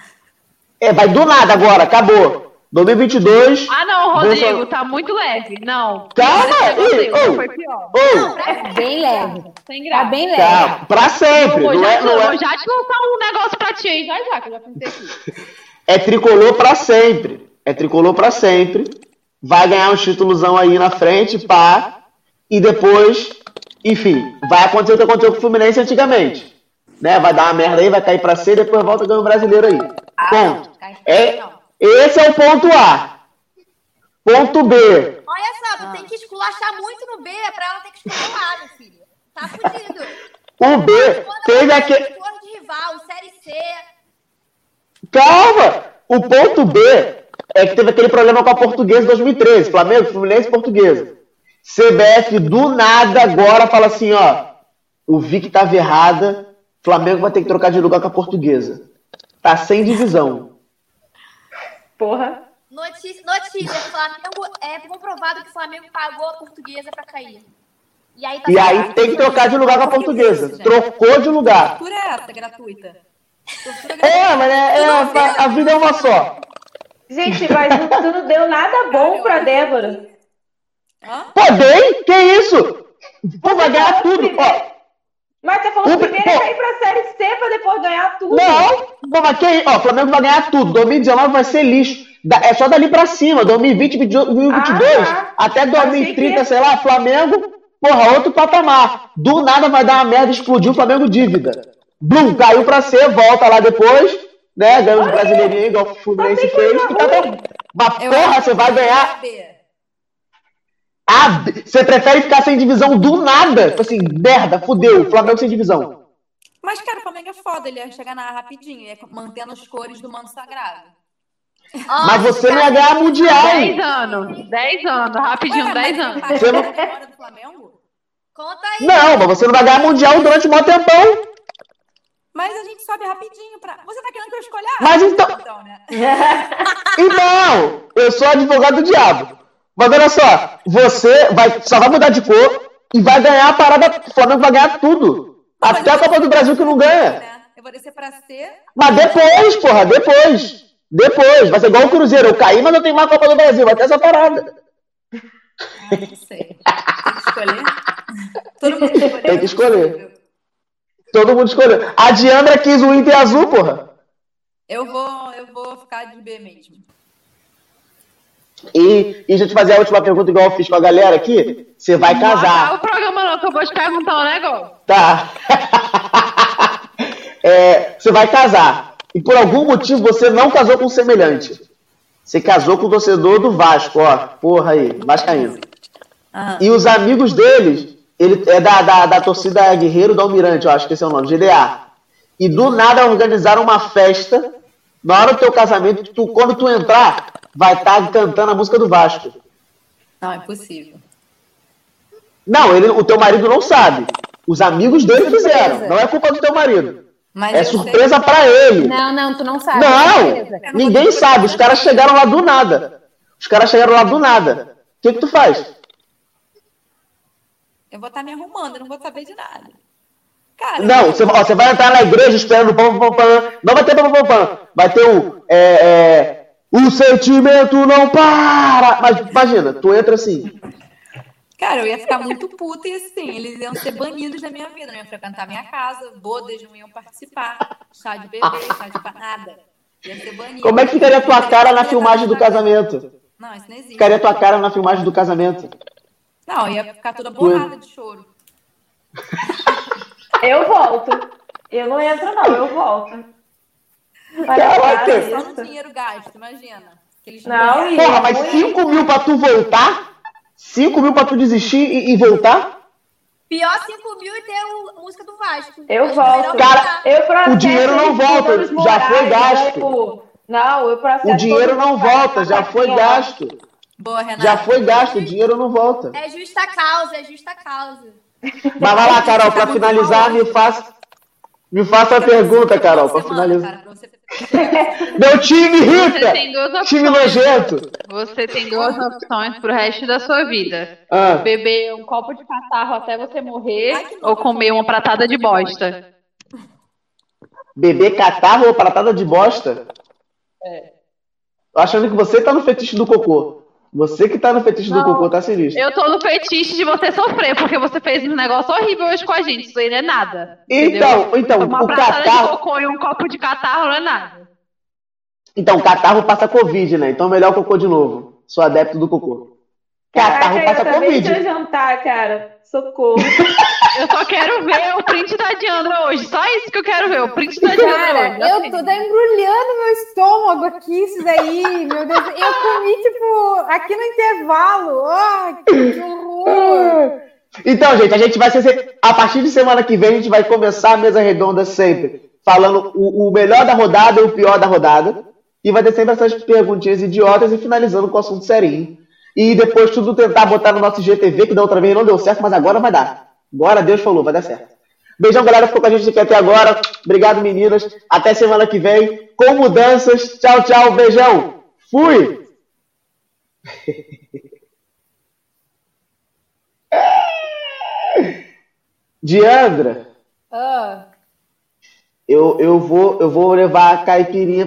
Vai do nada agora, acabou. 2022. Ah, não, Rodrigo, tá muito leve. Não. Calma, foi pior. É bem leve. Sem graça. Tá bem leve. Tá, pra sempre. Vou não é. já te contar um negócio pra ti aí, já, que eu já pensei aqui. É tricolor pra sempre. É tricolor pra sempre. Vai ganhar um títulozão aí na frente, pá. E depois, enfim, vai acontecer o que aconteceu com o Fluminense antigamente. Né? Vai dar uma merda aí, vai cair pra C e depois volta ganhando o brasileiro aí. Ponto. Esse é o ponto A. Ponto B. Olha só, tu tem que esculachar muito no B pra ela ter que escolher lá, meu filho. Tá fudido. O B teve aquele. De rival, Série C. Calma! O ponto B é que teve aquele problema com a Portuguesa em 2013. Flamengo, Fluminense e Portuguesa. CBF do nada agora fala assim, ó. O Vic tava errada. Flamengo vai ter que trocar de lugar com a Portuguesa. Tá sem divisão. Porra. Notícia. Flamengo, é comprovado que o Flamengo pagou a Portuguesa pra cair. E aí, tem que trocar de lugar com a Portuguesa. Trocou de lugar. Tortura é essa, gratuita? Mas a vida é uma só. Gente, mas tu não deu nada bom pra Débora. Pô, dei? Que isso? Pô, vai ganhar tudo. Ó. Mas você falou que primeiro é cair pra Série C pra depois ganhar tudo. Não, mas o Flamengo vai ganhar tudo. 2019 vai ser lixo. É só dali pra cima. 2020, 2022, até 2030, sei lá, Flamengo, porra, outro patamar. Do nada vai dar uma merda, explodiu o Flamengo dívida. Blum, caiu pra C, volta lá depois, né? Ganha os brasileirinhos igual o Fluminense fez. Mas porra, você vai ganhar. Você prefere ficar sem divisão do nada? Tipo assim, merda, fudeu, Flamengo sem divisão. Mas, cara, o Flamengo é foda, ele ia chegar na A rapidinho, mantendo as cores do manto sagrado. Mas você não ia ganhar mundial. 10 anos, rapidinho, 10 anos. Você não... fora do Flamengo? Conta aí. Não, mas você não vai ganhar mundial durante um bom tempão. Mas a gente sobe rapidinho pra... Você tá querendo que eu escolha? Mas então né? Então, eu sou advogado do diabo. Mas olha só, você só vai mudar de cor e vai ganhar a parada. O Flamengo vai ganhar tudo. Até a Copa do Brasil que não ganha. Né? Eu vou descer pra C. Mas depois, porra, depois. Vai ser igual o Cruzeiro. Eu caí, mas não tem mais Copa do Brasil. Vai ter essa parada. Não sei. Tem que escolher? Todo mundo tem que escolher. Todo mundo escolheu. A Diandra quis o Inter azul, porra. Eu vou ficar de B mesmo. E deixa eu te fazer a última pergunta, igual eu fiz com a galera aqui. Você vai casar. Não, o programa não, que eu vou te perguntar um negócio. Tá. Você vai casar. E por algum motivo você não casou com um semelhante. Você casou com o torcedor do Vasco, ó. Porra aí, vascaíno. E os amigos deles, ele é da torcida Guerreiro do Almirante, eu acho que esse é o nome, GDA. E do nada organizaram uma festa na hora do teu casamento, que quando tu entrar, vai estar cantando a música do Vasco. Não, é possível. Não, o teu marido não sabe. Os amigos dele fizeram. Não é culpa do teu marido. Mas é surpresa pra ele. Não, tu não sabe. Não, ninguém sabe. Os caras chegaram lá do nada. O que tu faz? Eu vou estar me arrumando, eu não vou saber de nada. Cara, não, você vai entrar na igreja esperando pão. Não vai ter pão. Vai ter o sentimento não para. Mas imagina, tu entra assim. Cara, eu ia ficar muito puta e assim, eles iam ser banidos da minha vida, não iam frequentar minha casa, bodas não iam participar, chá de bebê, chá de nada. Ia ser banido. Como é que ficaria a tua cara na filmagem do casamento? Não, isso não existe. Ficaria a tua cara na filmagem do casamento? Não, ia ficar toda borrada de choro. Eu volto. Eu não entro, não, eu volto. Caraca! Só no dinheiro gasto, imagina. Não, porra, mas 5 mil pra tu voltar? 5 mil pra tu desistir e voltar? Pior 5 mil e ter a música do Vasco. Eu volto. Cara, o dinheiro não volta, já foi gasto. Não, eu processo. O dinheiro não volta, já foi gasto. Boa, Renata. Já foi gasto, o dinheiro não volta. É justa causa. Mas vai lá, Carol, pra finalizar, me faça a pergunta, Carol, pra finalizar. Meu time irrita! Time nojento! Você tem 2 opções pro resto da sua vida. Beber um copo de catarro até você morrer ou comer uma pratada de bosta. Beber catarro ou pratada de bosta? Tô achando que você tá no fetiche do cocô. Você que tá no fetiche do cocô, tá sinistro. Eu tô no fetiche de você sofrer, porque você fez um negócio horrível hoje com a gente. Isso aí não é nada. Então, uma o pratada catarro... de cocô e um copo de catarro não é nada. Então, catarro passa Covid, né? Então, melhor cocô de novo. Sou adepto do cocô. Catarro passa Covid. Eu jantar, cara. Socorro. Eu só quero ver o print da Diandra hoje. Só isso que eu quero ver, o print da Diandra hoje. Eu tô embrulhando meu estômago aqui, isso daí. Meu Deus, eu comi, tipo, aqui no intervalo. Que horror. Então, gente, a gente vai ser... A partir de semana que vem, a gente vai começar a mesa redonda sempre. Falando o melhor da rodada e o pior da rodada. E vai ter sempre essas perguntinhas idiotas e finalizando com o assunto serinho. E depois tudo tentar botar no nosso GTV, que da outra vez não deu certo, mas agora vai dar. Agora Deus falou, vai dar certo. Beijão, galera, ficou com a gente aqui até agora. Obrigado, meninas. Até semana que vem, com mudanças. Tchau, tchau, beijão. Fui! Diandra, eu vou levar a caipirinha